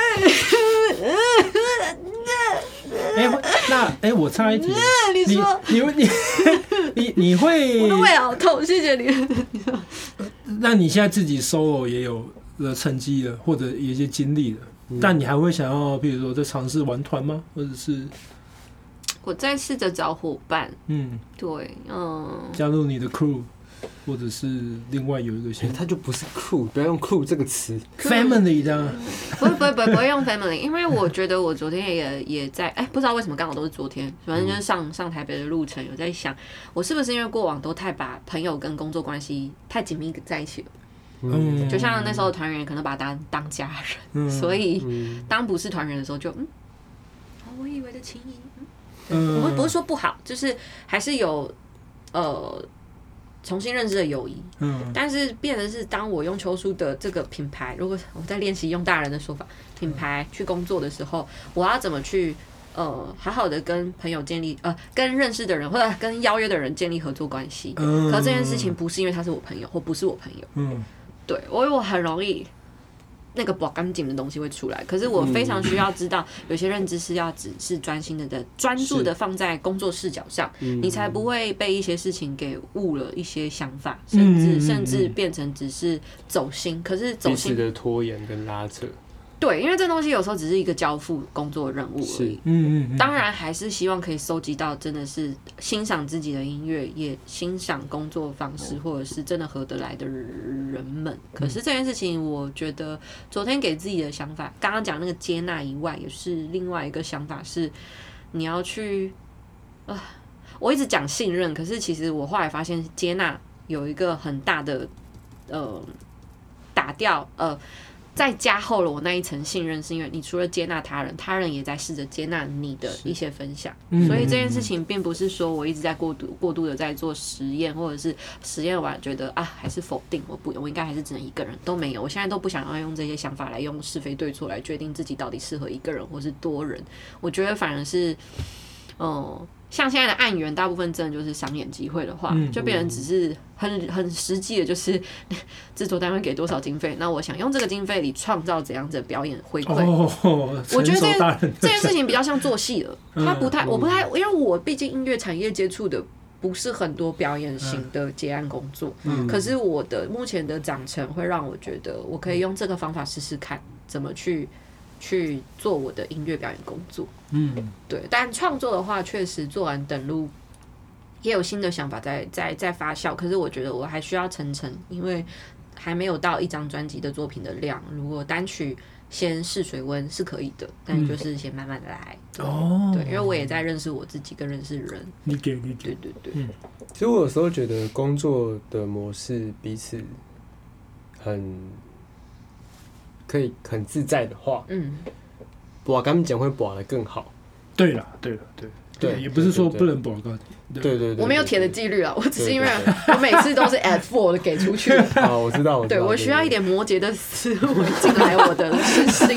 哎、欸，那哎、欸，我插一题， 你说， 你你你你会， 我的胃好痛，谢谢你。你说， 那你现在自己 solo 也有了成绩了，或者有一些经历了，嗯、但你还会想要，比如说在尝试玩团吗？或者是我在试着找伙伴？ 嗯， 对，嗯， 加入你的 crew。或者是另外有一个新， 它就不是 crew， 不要用 crew 这个词 ，family 的， 不会不会不会不会用 family， 因为我觉得我昨天也也在，哎、欸，不知道为什么刚好都是昨天，反正就是上上台北的路程，有在想，我是不是因为过往都太把朋友跟工作关系太紧密在一起了，嗯，就像那时候团员可能把他当当家人，嗯、所以当不是团员的时候就嗯，哦，我以为的情谊，嗯，我们不是说不好，就是还是有呃。重新认识的友谊，嗯，但是变成是当我用秋书的这个品牌，如果我在练习用大人的说法，品牌去工作的时候，我要怎么去呃好好的跟朋友建立呃跟认识的人或者跟邀约的人建立合作关系？嗯，可这件事情不是因为他是我朋友或不是我朋友，嗯，对我我很容易。那个不干净的东西会出来，可是我非常需要知道，有些认知是要只是专心的的专注的放在工作视角上，你才不会被一些事情给误了一些想法，甚至甚至变成只是走心。可是走心彼此的拖延跟拉扯。 对，因为这东西有时候只是一个交付工作任务而已。嗯嗯。当然还是希望可以收集到真的是欣赏自己的音乐，也欣赏工作方式，或者是真的合得来的人们。可是这件事情，我觉得昨天给自己的想法，刚刚讲那个接纳以外，也是另外一个想法是，你要去啊，我一直讲信任，可是其实我后来发现，接纳有一个很大的呃打掉呃。再加厚了我那一层信任，是因为你除了接纳他人，他人也在试着接纳你的一些分享，所以这件事情并不是说我一直在过度过度的在做实验，或者是实验完觉得啊还是否定，我不我应该还是只能一个人，都没有，我现在都不想要用这些想法来用是非对错来决定自己到底适合一个人或是多人，我觉得反而是，嗯。像现在的案源，大部分真的就是商演机会的话，嗯、就变成只是很很实际的，就是制作单位给多少经费，那我想用这个经费里创造怎样的表演回馈。 哦、 我觉得这件这件事情比较像做戏了，它不太，我不太，因为我毕竟音乐产业接触的不是很多表演型的结案工作，嗯、可是我的目前的长成会让我觉得，我可以用这个方法试试看，怎么去。去做我的音乐表演工作，嗯，对，但创作的话，确实做完等路也有新的想法在在在发酵。可是我觉得我还需要层层，因为还没有到一张专辑的作品的量。如果单曲先试水温是可以的，但就是先慢慢的来。哦，对，因为我也在认识我自己，跟认识人。 理解理解，对对对。 嗯，其实我有时候觉得工作的模式彼此很。可以很自在的话，嗯，把他们讲会把的更好。 对了，对了，对对，也不是说不能把个， 对对对， 我没有铁的纪律啊，我只是因为我每次都是 at four 的给出去。 啊，我知道，我知道， 对我需要一点摩羯的思维进来我的身心。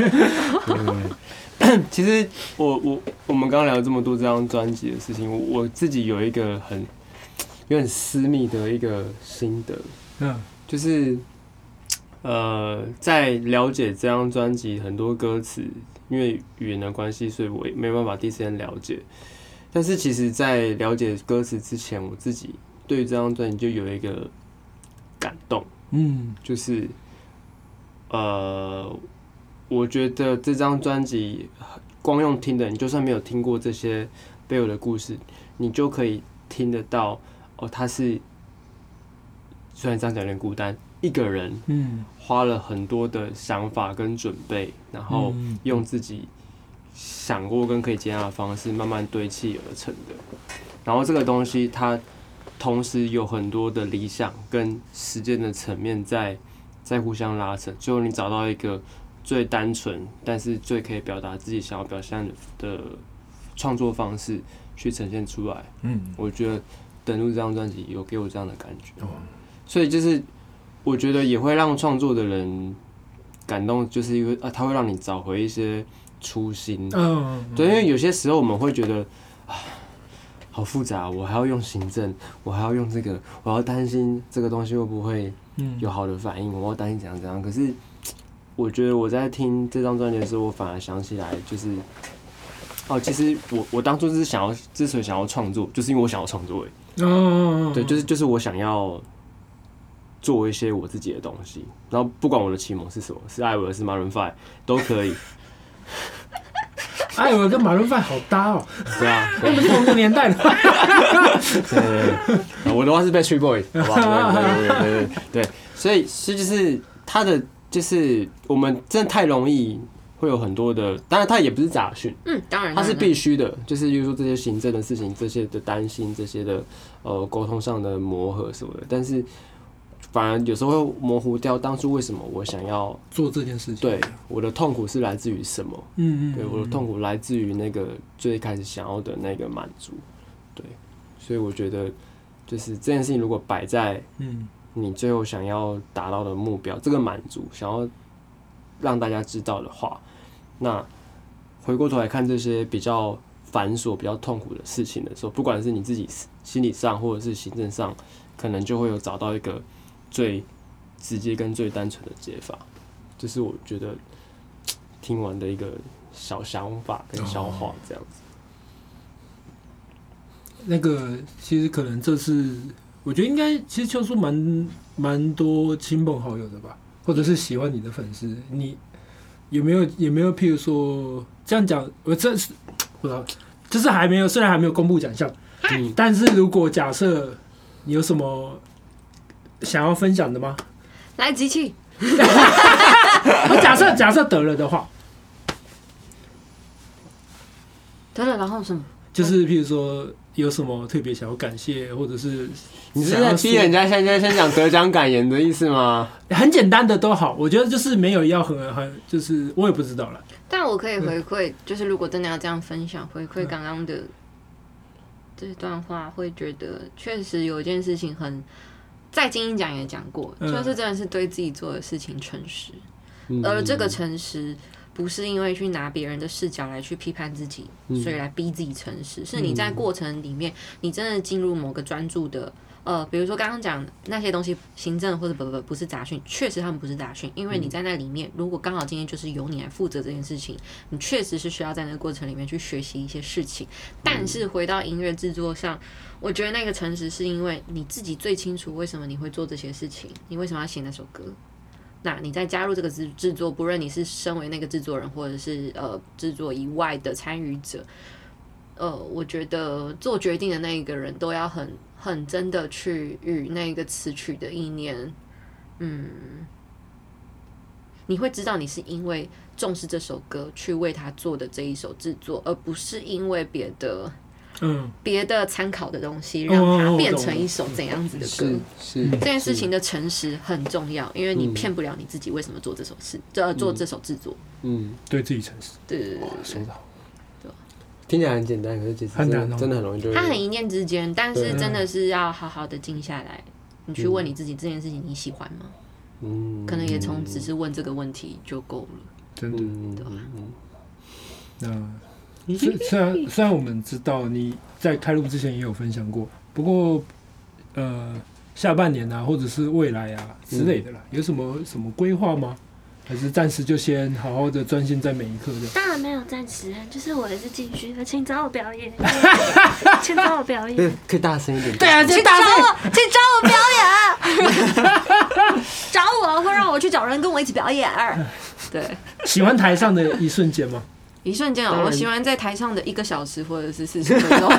其实我我我们刚刚聊了这么多这张专辑的事情，我我自己有一个很有很私密的一个心得，嗯，就是。 呃，在了解这张专辑很多歌词，因为语言的关系，所以我也没办法第一时间了解。但是其实，在了解歌词之前，我自己对于这张专辑就有一个感动，嗯，就是呃，我觉得这张专辑光用听的，你就算没有听过这些背后的故事，你就可以听得到哦，他是虽然这样讲有点孤单，一个人，嗯，花了很多的想法跟准备，然后用自己想过跟可以接纳的方式慢慢堆砌而成的。然后这个东西它同时有很多的理想跟实践的层面在在互相拉扯，最后你找到一个最单纯但是最可以表达自己想要表现的创作方式去呈现出来。嗯，我觉得登录这张专辑有给我这样的感觉，所以就是我觉得也会让创作的人感动，就是因为啊，它会让你找回一些初心。嗯，对，因为有些时候我们会觉得啊，好复杂，我还要用行政，我还要用这个，我要担心这个东西会不会有好的反应，我要担心怎样怎样。可是我觉得我在听这张专辑的时候，我反而想起来，就是哦，其实我我当初是想要，之所以想要创作，就是因为我想要创作。哦，对，就是就是我想要做一些我自己的东西，然后不管我的启蒙是什么，是艾薇儿是 Maroon 五都可以。 艾薇儿跟 Maroon 五好搭哦。 对啊， 我们是同个年代的。 对对对，我的话是 Backstreet Boys， 好不好？对对对对对对，所以是就是他的就是我们真的太容易会有很多的，当然他也不是杂讯， 嗯，当然他是必须的，就是比如说这些行政的事情，这些的担心，这些的呃沟通上的磨合什么的，但是反而有时候会模糊掉当初为什么我想要做这件事情。 对，我的痛苦是来自于什么？嗯嗯，对，我的痛苦来自于那个最开始想要的那个满足。对，所以我觉得就是这件事情如果摆在嗯你最后想要达到的目标，这个满足想要让大家知道的话，那回过头来看这些比较繁琐、比较痛苦的事情的时候，不管是你自己心理上或者是行政上，可能就会有找到一个最直接跟最单纯的解法。这是我觉得听完的一个小想法跟消化，这样子。 那个其实可能这次，我觉得应该其实秋叔蛮蛮多亲朋好友的吧，或者是喜欢你的粉丝，你有没有有没有譬如说这样讲，我这是不知道，就是还没有，虽然还没有公布奖项，嗯，但是如果假设你有什么想要分享的吗？ 来，机器。 我假设假设得了的话， 得了，然后什么？ 就是譬如说有什么特别想要感谢，或者是你是在逼人家现在先讲得奖感言的意思吗？ 很简单的都好，我觉得就是没有要很很，就是我也不知道了。 但我可以回馈，嗯、就是如果真的要这样分享，回馈刚刚的这段话，会觉得确实有一件事情很。在金鹰奖也讲过，就是真的是对自己做的事情诚实，嗯、而这个诚实不是因为去拿别人的视角来去批判自己，嗯、所以来逼自己诚实，是你在过程里面，你真的进入某个专注的，呃，比如说刚刚讲那些东西，行政或者不不不是杂讯，确实他们不是杂讯，因为你在那里面，如果刚好今天就是由你来负责这件事情，你确实是需要在那个过程里面去学习一些事情，但是回到音乐制作上。我觉得那个诚实是因为你自己最清楚为什么你会做这些事情，你为什么要写那首歌。那你在加入这个制作，不论你是身为那个制作人，或者是呃制作以外的参与者，呃，我觉得做决定的那一个人都要很很真的去与那个词曲的意念，嗯，你会知道你是因为重视这首歌去为他做的这一首制作，而不是因为别的。嗯，别的参考的东西，让它变成一首怎样子的歌？ 是这件事情的诚实很重要，因为你骗不了你自己为什么做这首事，呃，做这首制作。 嗯，对自己诚实。 对对对对， 说得好。 对， 听起来很简单，可是其实真的真的很容易就。 它很一念之间，但是真的是要好好的静下来，你去问你自己这件事情你喜欢吗？嗯，可能也从只是问这个问题就够了。 真的，对吧？那。虽虽然虽然我们知道你在开录之前也有分享过，不过呃， 下半年啊，或者是未来啊之类的啦，嗯、有什么什么规划吗？还是暂时就先好好的专心在每一刻的？ 当然没有暂时，就是我也是继续的，请找我表演，请找我表演， 可以大声一点。 对啊，请找我，请找我表演，找我会让我去找人跟我一起表演。对， 喜欢台上的一瞬间吗？ 一瞬间啊，我喜欢在台上的一个小时或者是四十分钟。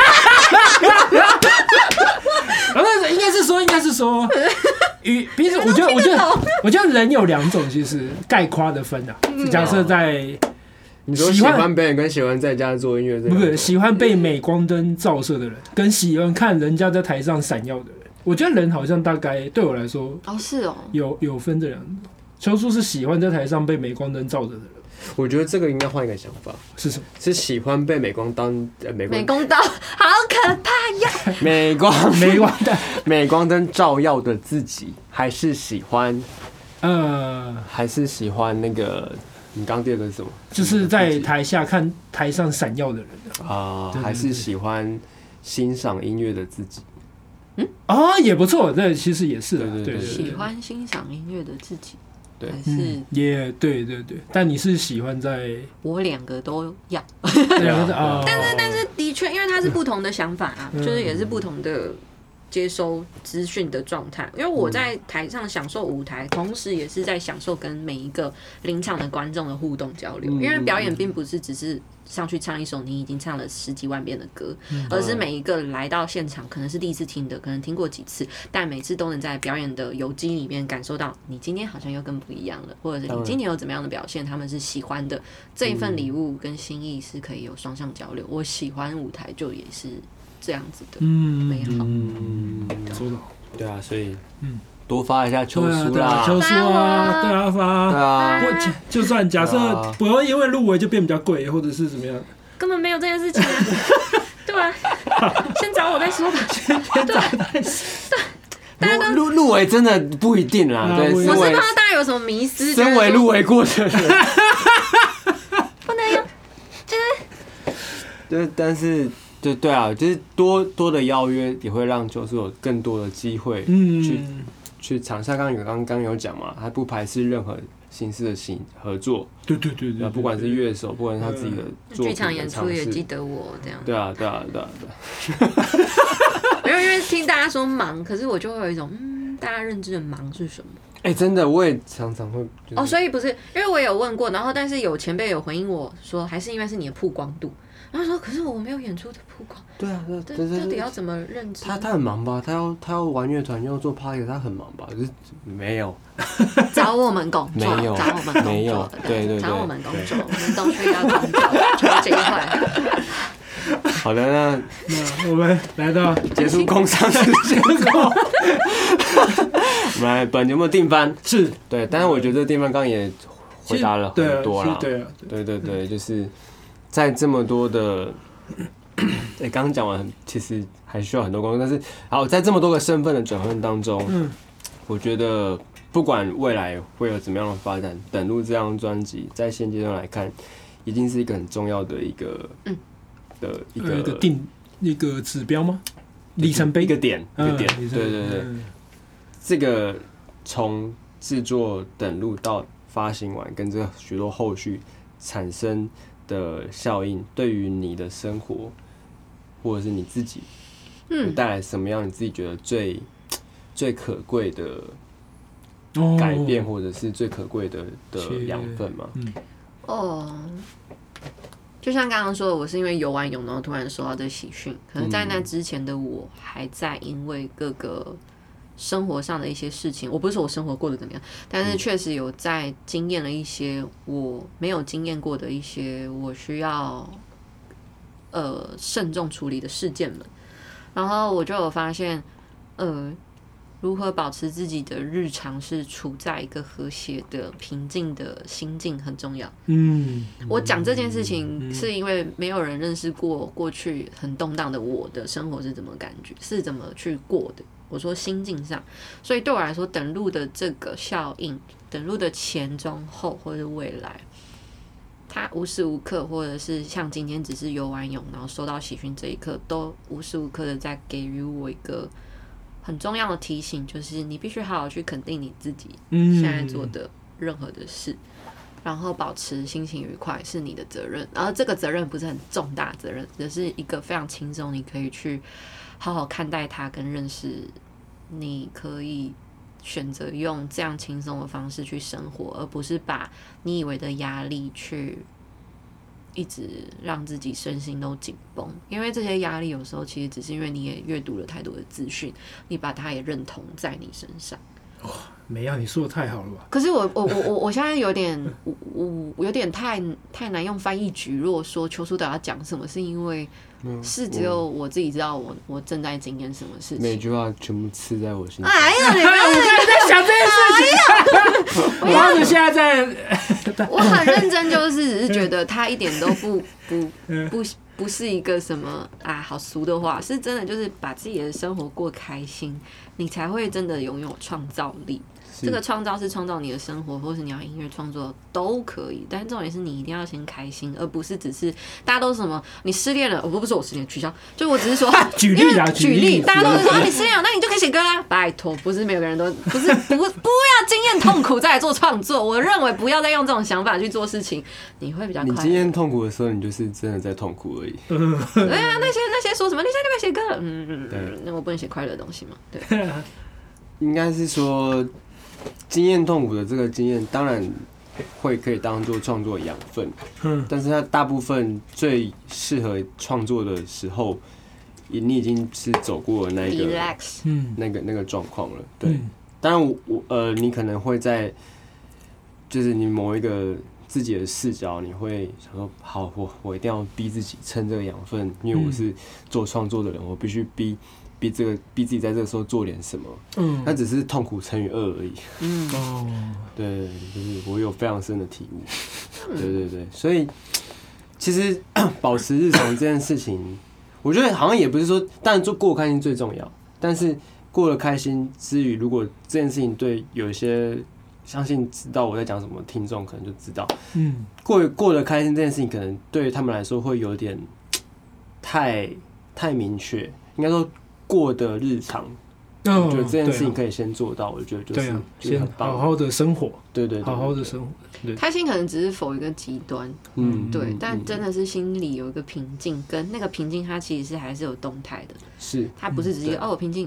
那应该是说，应该是说，与平时我觉得，我觉得，我觉得人有两种，其实概括的分啊。假设在你说喜欢表演跟喜欢在家做音乐， 不是喜欢被镁光灯照射的人，跟喜欢看人家在台上闪耀的人，我觉得人好像大概对我来说， 哦是哦， 有有分这两种。秋树是喜欢在台上被镁光灯照着的人。 我觉得这个应该换一个想法， 是什么？ 是喜欢被镁光灯呃镁光光灯好可怕呀！ 镁光镁光灯镁光灯照耀的自己，还是喜欢呃， 还是喜欢那个你刚第二个是什么？ 就是在台下看台上闪耀的人啊、呃，还是喜欢欣赏音乐的自己？ 嗯啊，也不错，这其实也是的， 对对对， 喜欢欣赏音乐的自己。 对， 还是也、嗯、对对对，但你是喜欢在我两个都要， 两个啊， 但是但是的确，因为它是不同的想法啊，嗯、就是也是不同的接收资讯的状态。因为我在台上享受舞台，同时也是在享受跟每一个临场的观众的互动交流。因为表演并不是只是上去唱一首你已经唱了十几万遍的歌，而是每一个来到现场可能是第一次听的，可能听过几次，但每次都能在表演的游击里面感受到你今天好像又更不一样了，或者是你今天有怎么样的表现，他们是喜欢的。这一份礼物跟心意是可以有双向交流。我喜欢舞台就也是这样子的美好。 嗯， 说得好。 对啊，所以嗯。多发一下秋书啦， 秋书啊，对啊，发， 对啊， 不，就算假设不要因为入围就变比较贵，或者是怎么样， 根本没有这件事情啊，对啊，先找我再说吧， 先找再说。 对， 入入围真的不一定啦，对， 我是怕大家有什么迷思， 身为入围过的人， 不能用，就是， 对，但是。对对啊，就是多多的邀约也会让就是有更多的机会去、嗯、去尝试。刚刚有刚刚有讲嘛，他不排斥任何形式的形合作。 对对对 对, 对， 不管是乐手，不管是他自己的作品的剧场演出也记得我这样。 对啊对啊对啊对啊。 没有，因为听大家说忙，可是我就会有一种嗯，大家认知的忙是什么？ 哎、欸，真的，我也常常会、就是、 哦，所以不是，因为我有问过，然后但是有前辈有回应我说，还是因为是你的曝光度。然后说，可是我没有演出的曝光。 对啊，对啊， 对，到底要怎么认知？ 他他很忙吧？他要他要玩乐团，又做 party， 他很忙吧？就是没有找我们工作， 没有找我们工作， 没有，对对对， 找我们工作，我们都需要工作，就这一块。 好的，那那我们来到结束工商时间后，我们来本节目的定番是对，但是我觉得定番刚刚也回答了很多啦， 对啊， 对对对，就是在这么多的，哎，刚刚讲完，其实还需要很多工作，但是好，在这么多个身份的转换当中，嗯，我觉得不管未来会有怎么样的发展，等录这张专辑，在现阶段来看，一定是一个很重要的一个，嗯。的一个、 呃、一个定一个指标吗？里程碑一个点，一个点， 嗯、 对对对。嗯、这个从制作等录到发行完，跟这个许多后续产生的效应，对于你的生活或者是你自己，嗯，带来什么样你自己觉得最最可贵的改变，哦、或者是最可贵的的养分嘛？嗯， 哦。就像刚刚说的，我是因为游完泳，然后突然收到这喜讯。可能在那之前的我，还在因为各个生活上的一些事情，我不是说我生活过得怎么样，但是确实有在经验了一些我没有经验过的一些我需要呃慎重处理的事件们。然后我就有发现，呃。如何保持自己的日常是处在一个和谐的、平静的心境很重要。嗯，我讲这件事情是因为没有人认识过过去很动荡的我的生活是怎么感觉，是怎么去过的。我说心境上，所以对我来说，等录的这个效应，等录的前、中、后或者是未来，它无时无刻，或者是像今天只是游完泳，然后收到喜讯这一刻，都无时无刻的在给予我一个。 很重要的提醒就是，你必须好好去肯定你自己现在做的任何的事，然后保持心情愉快是你的责任。然后这个责任不是很重大的责任，只是一个非常轻松，你可以去好好看待它跟认识。你可以选择用这样轻松的方式去生活，而不是把你以为的压力去一直让自己身心都紧绷，因为这些压力有时候其实只是因为你也阅读了太多的资讯，你把它也认同在你身上。 哇，美亚，你说的太好了吧？ 可是我我我我我现在有点我我有点太太难用翻译举若说邱书导要讲什么，是因为是只有我自己知道我我正在经验什么事情。 每句话全部刺在我心上。 哎呀，你们我刚才在想这件事情，我要是现在在， 我很认真，就是只是觉得他一点都不不不不是一个什么啊好俗的话，是真的就是把自己的生活过开心，你才会真的拥有创造力。这个创造是创造你的生活，或是你要音乐创作都可以，但是重点是你一定要先开心，而不是只是大家都是什么你失恋了，我不是我失恋取消，就我只是说举例啊， 举例，大家都是说、啊、你失恋了，那你就可以写歌啦。拜托，不是每个人都不是不不要经验痛苦再来做创作，我认为不要再用这种想法去做事情，你会比较快乐。 你经验痛苦的时候，你就是真的在痛苦而已。 对啊，那些那些说什么你现在就可以写歌了，嗯嗯，那我不能写快乐的东西吗？对， 应该是说。经验痛苦的这个经验，当然会可以当做创作养分，嗯，但是它大部分最适合创作的时候，你已经是走过那个 relax， 那个那个状况了，对。嗯、当然我，我呃，你可能会在，就是你某一个自己的视角，你会想说，好，我我一定要逼自己撑这个养分，因为我是做创作的人，我必须逼。逼这个逼自己在这个时候做点什么，嗯，那只是痛苦乘以二而已，嗯哦，对，就是我有非常深的体悟，对对对，所以其实保持日常这件事情，我觉得好像也不是说，当然做过得开心最重要，但是过得开心之余，如果这件事情对有一些相信知道我在讲什么听众可能就知道，嗯，过过得开心这件事情，可能对他们来说会有点太太明确，应该说。过的日常，我觉得这件事情可以先做到。我觉得就是先好好的生活， 对对， 好好的生活。 开心可能只是否一个极端，嗯，对，但真的是心里有一个平静，跟那个平静，它其实是还是有动态的， 是， 它不是只是哦我平静，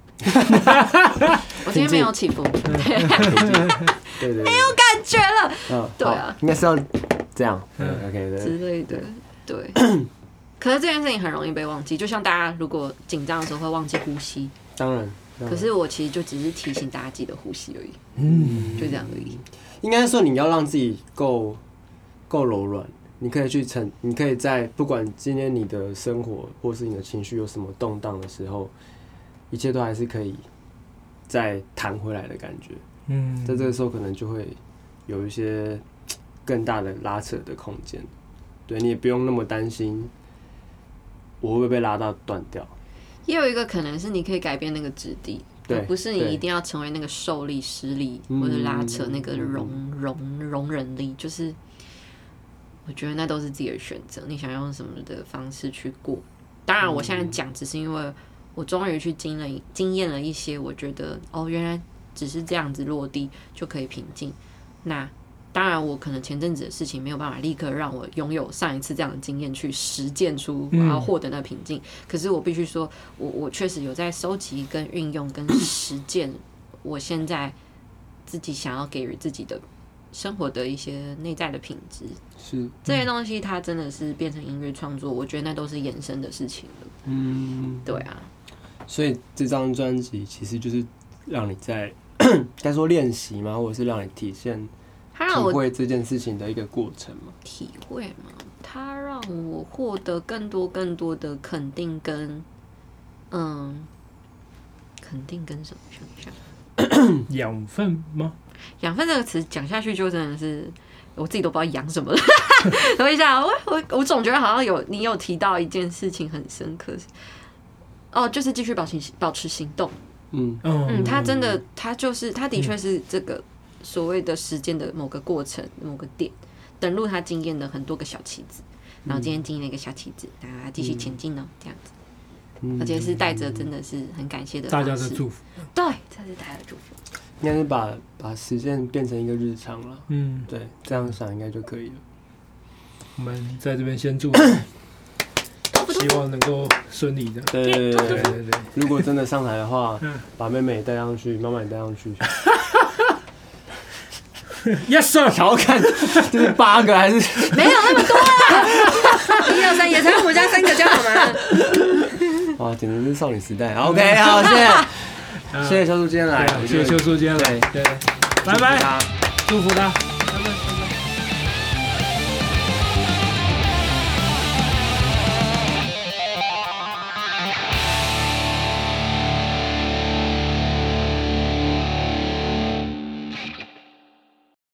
我今天没有起伏，对对对， 没有感觉了，对啊， 应该是要这样 ，OK 对之类的，对。可是这件事情很容易被忘记，就像大家如果紧张的时候会忘记呼吸， 当然。 可是我其实就只是提醒大家记得呼吸而已，嗯，就这样而已。 应该说你要让自己够够柔软，你可以去承，你可以在不管今天你的生活或是你的情绪有什么动荡的时候，一切都还是可以再弹回来的感觉。嗯，在这个时候可能就会有一些更大的拉扯的空间，对你也不用那么担心。我会不会被拉到断掉？ 也有一个可能是你可以改变那个质地，对，不是你一定要成为那个受力、施力或者拉扯那个容容容忍力，就是我觉得那都是自己的选择，你想用什么的方式去过。当然，我现在讲只是因为我终于去经了经验了一些，我觉得哦，原来只是这样子落地就可以平静。那当然，我可能前阵子的事情没有办法立刻让我拥有上一次这样的经验去实践出我要获得那平静。嗯、可是我必须说，我我确实有在收集、跟运用、跟实践我现在自己想要给予自己的生活的一些内在的品质。 是这些东西，它真的是变成音乐创作，我觉得那都是延伸的事情了。嗯，对啊。 所以这张专辑其实就是让你在该说练习吗，或者是让你体现。体会这件事情的一个过程嘛？ 体会嘛，它让我获得更多更多的肯定跟嗯，肯定跟什么？想想，养分吗？ 养分这个词讲下去就真的是我自己都不知道养什么了。等一下，我我我总觉得好像有你有提到一件事情很深刻，哦，就是继续保持保持行动。嗯嗯，他真的，他就是他的确是这个。所谓的时间的某个过程、某个点，登录他经验的很多个小棋子，然后今天经验了一个小棋子，那继续前进哦，这样子。 而且是带着真的是很感谢的大家的祝福。 对，这是大家的祝福。 应该是把把实践变成一个日常了。嗯，对，这样想应该就可以了。 我们在这边先祝，希望能够顺利的。 对对对对对对。如果真的上台的话，把妹妹带上去，妈妈也带上去。 Yes sir， 调侃，这是八个还是？ 没有那么多啊，一二三，也才我们家三个就好吗？ 哇，简直是少女时代。OK， 好，谢谢，谢谢邱叔今天来， 谢谢邱叔今天来，对，拜拜，祝福他，拜拜。